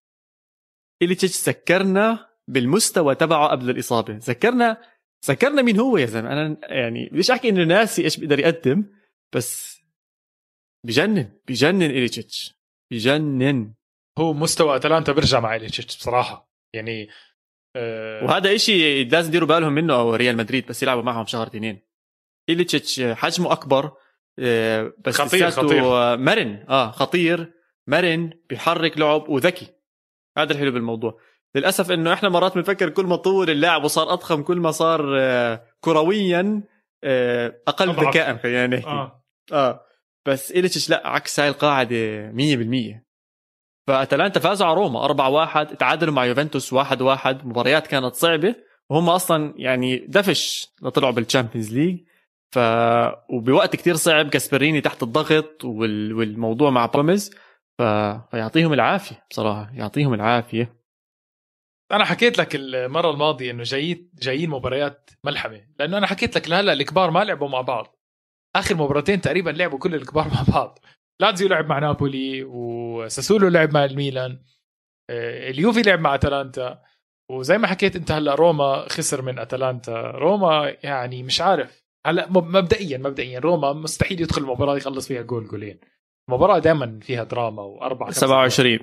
سكرنا بالمستوى تبعه قبل الإصابة، سكرنا مين هو يا زلمة. أنا يعني بديش أحكي إنه ناسي إيش بيقدر يقدم، بس بجنن إليتشيتش، بجنن. هو مستوى أتلانتا برجع مع إليتشيتش بصراحة يعني. وهذا إشي لازم يديروا بالهم منه أو ريال مدريد بس يلعبوا معهم شهر 2. إليتشيتش حجمه أكبر، بس خطير مرن، خطير مرن، بيحرك لعب وذكي. هذا الحلو بالموضوع. للأسف إنه إحنا مرات بنفكر كل ما طول اللاعب وصار أضخم كل ما صار كرويا أقل ذكاء خلينا نحكي. بس إليتش لا، عكس هاي القاعدة 100%. فأتلانتا فازوا على روما 4-1، تعادلوا مع يوفنتوس 1-1. مباريات كانت صعبة، وهم أصلا يعني دفش لطلعوا بالتشامبيونز ليج. وبوقت كتير صعب، كاسبريني تحت الضغط والموضوع مع بوميز. فيعطيهم العافية بصراحة، يعطيهم العافية. أنا حكيت لك المرة الماضية إنه جايين مباريات ملحمة، لأنه أنا حكيت لك لهلا الكبار ما لعبوا مع بعض. آخر مباراتين تقريبا لعبوا كل الكبار مع بعض. لاتزيو لعب مع نابولي، وساسولو لعب مع الميلان، اليوفي لعب مع أتلانتا، وزي ما حكيت أنت هلا روما خسر من أتلانتا. روما يعني مش عارف هلا مبدئيا روما مستحيل يدخل المباراة يخلص فيها جولين. المباراة دائما فيها دراما، و4 27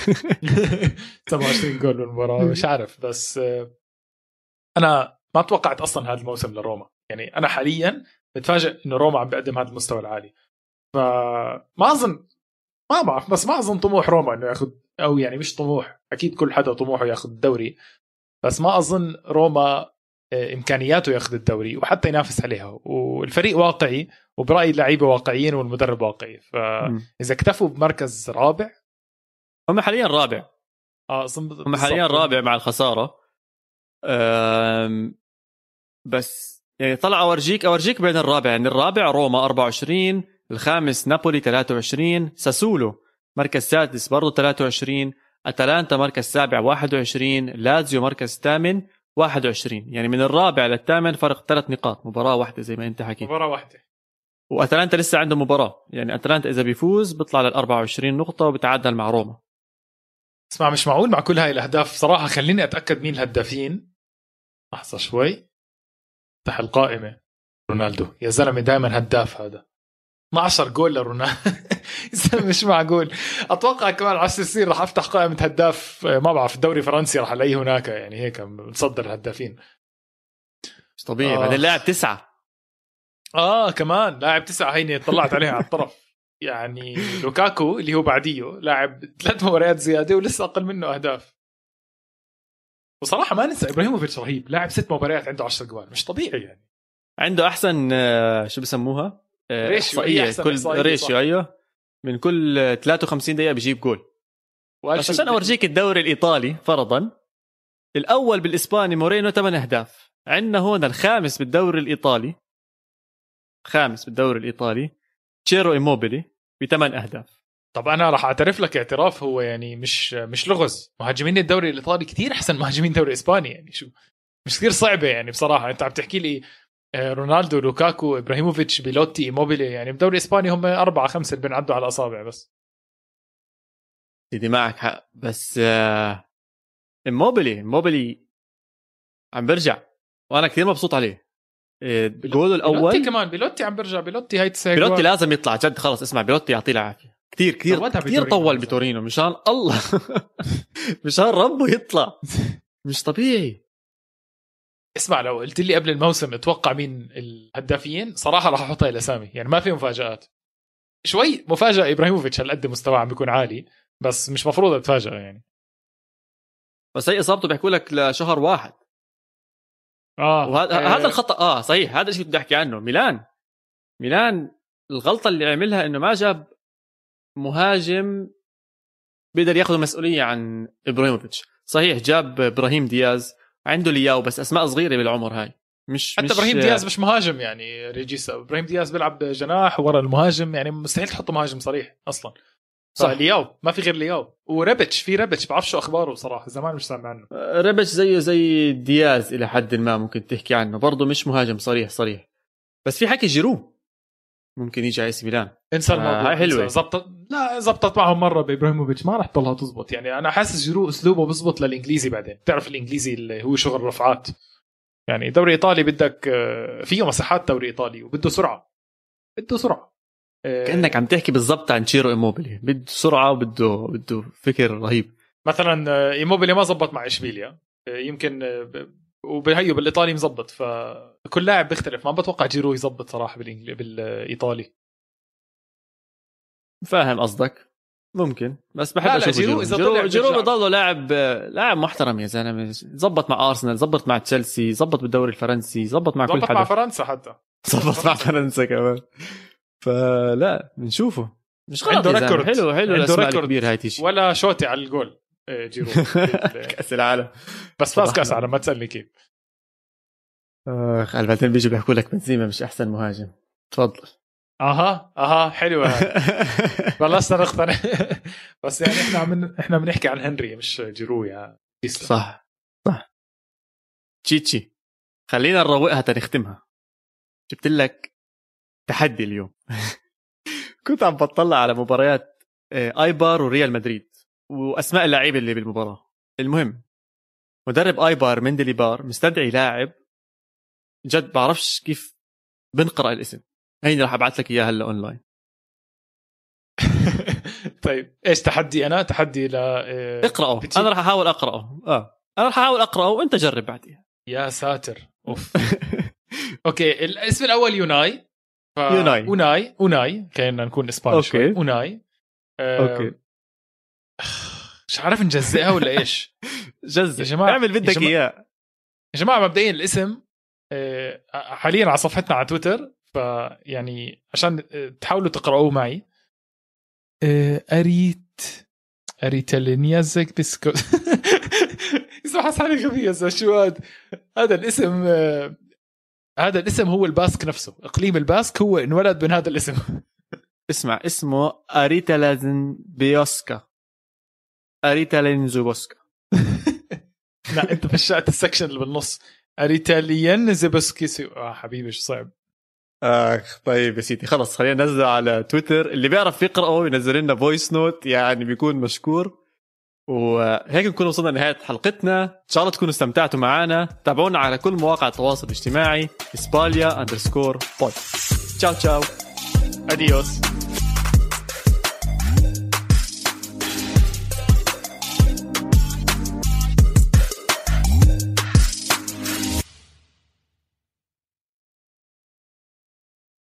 27 جول بالمباراة. مش عارف، بس أنا ما توقعت أصلا هذا الموسم لروما. يعني أنا حاليا بتفاجئ إنه روما عم بيقدم هذا المستوى العالي. فما أظن، ما بعرف، بس ما أظن طموح روما إنه يأخذ، أو يعني مش طموح، أكيد كل حدا طموحه يأخذ الدوري، بس ما أظن روما إمكانياته ياخذ الدوري وحتى ينافس عليها، والفريق واقعي وبرأي اللعيبة واقعيين والمدرب واقعي. فإذا اكتفوا بمركز رابع، هم حاليا رابع. هم حاليا رابع مع الخسارة. بس يعني طلع أورجيك بين الرابع، يعني الرابع روما 24، الخامس نابولي 23، ساسولو مركز سادس برضو 23، أتلانتا مركز سابع 21، لازيو مركز ثامن 21. يعني من الرابع للثامن فرق 3 نقاط، مباراة واحدة زي ما انت حكيت، مباراة واحدة. وأتلانتا لسه عنده مباراة، يعني أتلانتا إذا بيفوز بيطلع لل 24 نقطة وبتعادل مع روما. اسمع، مش معقول مع كل هاي الأهداف صراحة. خليني أتأكد مين الهدافين. أحصى شوي تحت القائمة. رونالدو يا زلمة دائما هداف، هذا 12 جول لرونالدو. مش معقول. أتوقع كمان على السير رح أفتح قائمة هداف، ما بعرف الدوري الفرنسي رح ألاقيه هناك، يعني هيك متصدر الهدافين. مش طبيعي. بعدين لاعب 9. كمان لاعب 9. هيني طلعت عليها على الطرف. يعني لوكاكو اللي هو بعديه لاعب 3 مباريات زيادة ولسه أقل منه أهداف. وصراحة ما ننسى إبراهيموفيتش رهيب، لاعب 6 مباريات عنده 10 جوال، مش طبيعي يعني. عنده أحسن شو بسموها ريشيو، كل ريشيو. أيوه، من كل 53 دقيقة بيجيب جول. بس عشان أورجيك الدوري الإيطالي فرضا، الأول بالإسباني مورينو 8 أهداف، عندنا هون الخامس بالدوري الإيطالي، تشيرو إيموبيلي ب8 أهداف. طب أنا راح أعترف لك اعتراف، هو يعني مش لغز. مهاجمين الدوري الإيطالي كتير أحسن مهاجمين الدوري الإسباني، يعني شو مش كتير صعبة يعني بصراحة. أنت عم تحكي لي رونالدو، لوكاكو، إبراهيموفيتش، بيلوتي، إيموبيلي، يعني بدوري الإسباني هم 4-5 اللي بنعدوا على الأصابع بس. سيدي معك حق، بس إيموبيلي عم برجع وأنا كتير مبسوط عليه. جوله الأول بيلوتي كمان، بيلوتي عم برجع. بيلوتي هاي بيلوتي لازم يطلع جد خلص. اسمع، بيلوتي يعطيه العافية. كتير طول بتورينو مشان الله. مشان ربه يطلع. مش طبيعي. اسمع، لو قلت لي قبل الموسم اتوقع مين الهدافين، صراحة راح احطها الاسامي، يعني ما في مفاجآت. شوي مفاجأة إبراهيموفيتش هالقد مستوى عم بيكون عالي، بس مش مفروض اتفاجأ يعني. بس هي اصابته بيحكوا لك لشهر واحد. هذا الخطأ. صحيح، هذا الشيء بدي احكي عنه. ميلان الغلطة اللي عملها انه ما جاب مهاجم بيقدر ياخذ المسؤولية عن إبراهيموفيتش. صحيح جاب إبراهيم دياز، عنده لياو، بس أسماء صغيرة بالعمر هاي. حتى إبراهيم دياز مش مهاجم يعني. ريجيسا إبراهيم دياز بيلعب جناح ورا المهاجم، يعني مستحيل تحطه مهاجم صريح أصلا. صح. لياو ما في غير لياو وريبتش. في ريبتش بعرف شو أخباره بصراحة، زمان مش سامع عنه. ريبتش زي دياز إلى حد ما ممكن تحكي عنه، برضه مش مهاجم صريح. بس في حكي جيرو ممكن يجي على AC ميلان. انسى الموضوع. هاي حلوة. زبطت معهم مرة بإبراهيموفيتش، ما رح تضلها تزبط. يعني أنا حاسس جيرو أسلوبه بزبط للإنجليزي. بعدين تعرف الإنجليزي اللي هو شغل رفعات، يعني دوري إيطالي بدك فيه مساحات. دوري إيطالي وبده سرعة. كأنك عم تحكي بالضبط عن تشيرو إيموبيلي، بده سرعة وبده فكر رهيب. مثلا إيموبيلي ما زبط مع إشبيليا يمكن، وبهيو بالإيطالي مزبط. فكل لاعب بيختلف. ما بتوقع جيرو يزبط صراحة بالإيطالي. فاهم قصدك، ممكن. بس بحب اشوف جيرو بضله لاعب محترم يا زلمه. زبط مع ارسنال، زبط مع تشيلسي، زبط بالدوري الفرنسي، زبط مع كل حدا، مع فرنسا حتى زبط مع فرنسا كمان. فلا بنشوفه مش غلط. حلو الاسماء الكبير هاي تيجي. ولا شوتي على الجول جيرو. كاس العالم بس فاز كاس العالم، ما تسالني كيف. بعدين بيجوا بيحكوا لك بنزيما مش احسن مهاجم. تفضل. حلوة. بلشنا نقتنع. بس يعني احنا بنحكي عن هنري مش جيرو يا إسلام. صح تشيتشي. خلينا نروقها تنختمها. جبت لك تحدي اليوم. كنت عم بطلع على مباريات ايبار وريال مدريد واسماء اللاعبين اللي بالمباراة. المهم مدرب ايبار مندلي بار مستدعي لاعب جد بعرفش كيف بنقرأ الاسم. هيني راح ابعث لك اياها هلا اونلاين. طيب ايش تحدي؟ انا تحدي اقرأه. انا راح احاول اقرأه. انا راح احاول اقرأه وانت جرب بعدين. يا ساتر. اوف. اوكي، الاسم الاول يوناي. اوناي كأننا نكون اسباني شوي. اوناي. اوكي. مش عارف نجزئها ولا ايش. جزء يا جماعه، اعمل بدك اياه. يا جماعة مبدئيا الاسم حاليا على صفحتنا على تويتر، فيعني عشان تحاولوا تقرأوه معي. أريتالينيازك بسكو اسمه حساني غبي يا شو هذا الاسم. هذا الاسم هو الباسك نفسه، اقليم الباسك هو انولد من هذا الاسم. اسمع، اسمه أريتالينزوبوسكا. أريتالينزوبوسكا. لا انت فشعت السكشن اللي بالنص. أريتالينزوبوسكي. حبيبي شو صعب. طيب يا سيدي خلص، خلينا ننزله على تويتر. اللي بيعرف يقرأه ينزل لنا فويس نوت، يعني بيكون مشكور. وهيك نكون وصلنا لنهاية حلقتنا. إن شاء الله تكونوا استمتعتوا معنا. تابعونا على كل مواقع التواصل الاجتماعي. إسباليا_بود. تشاو تشاو. أديوس.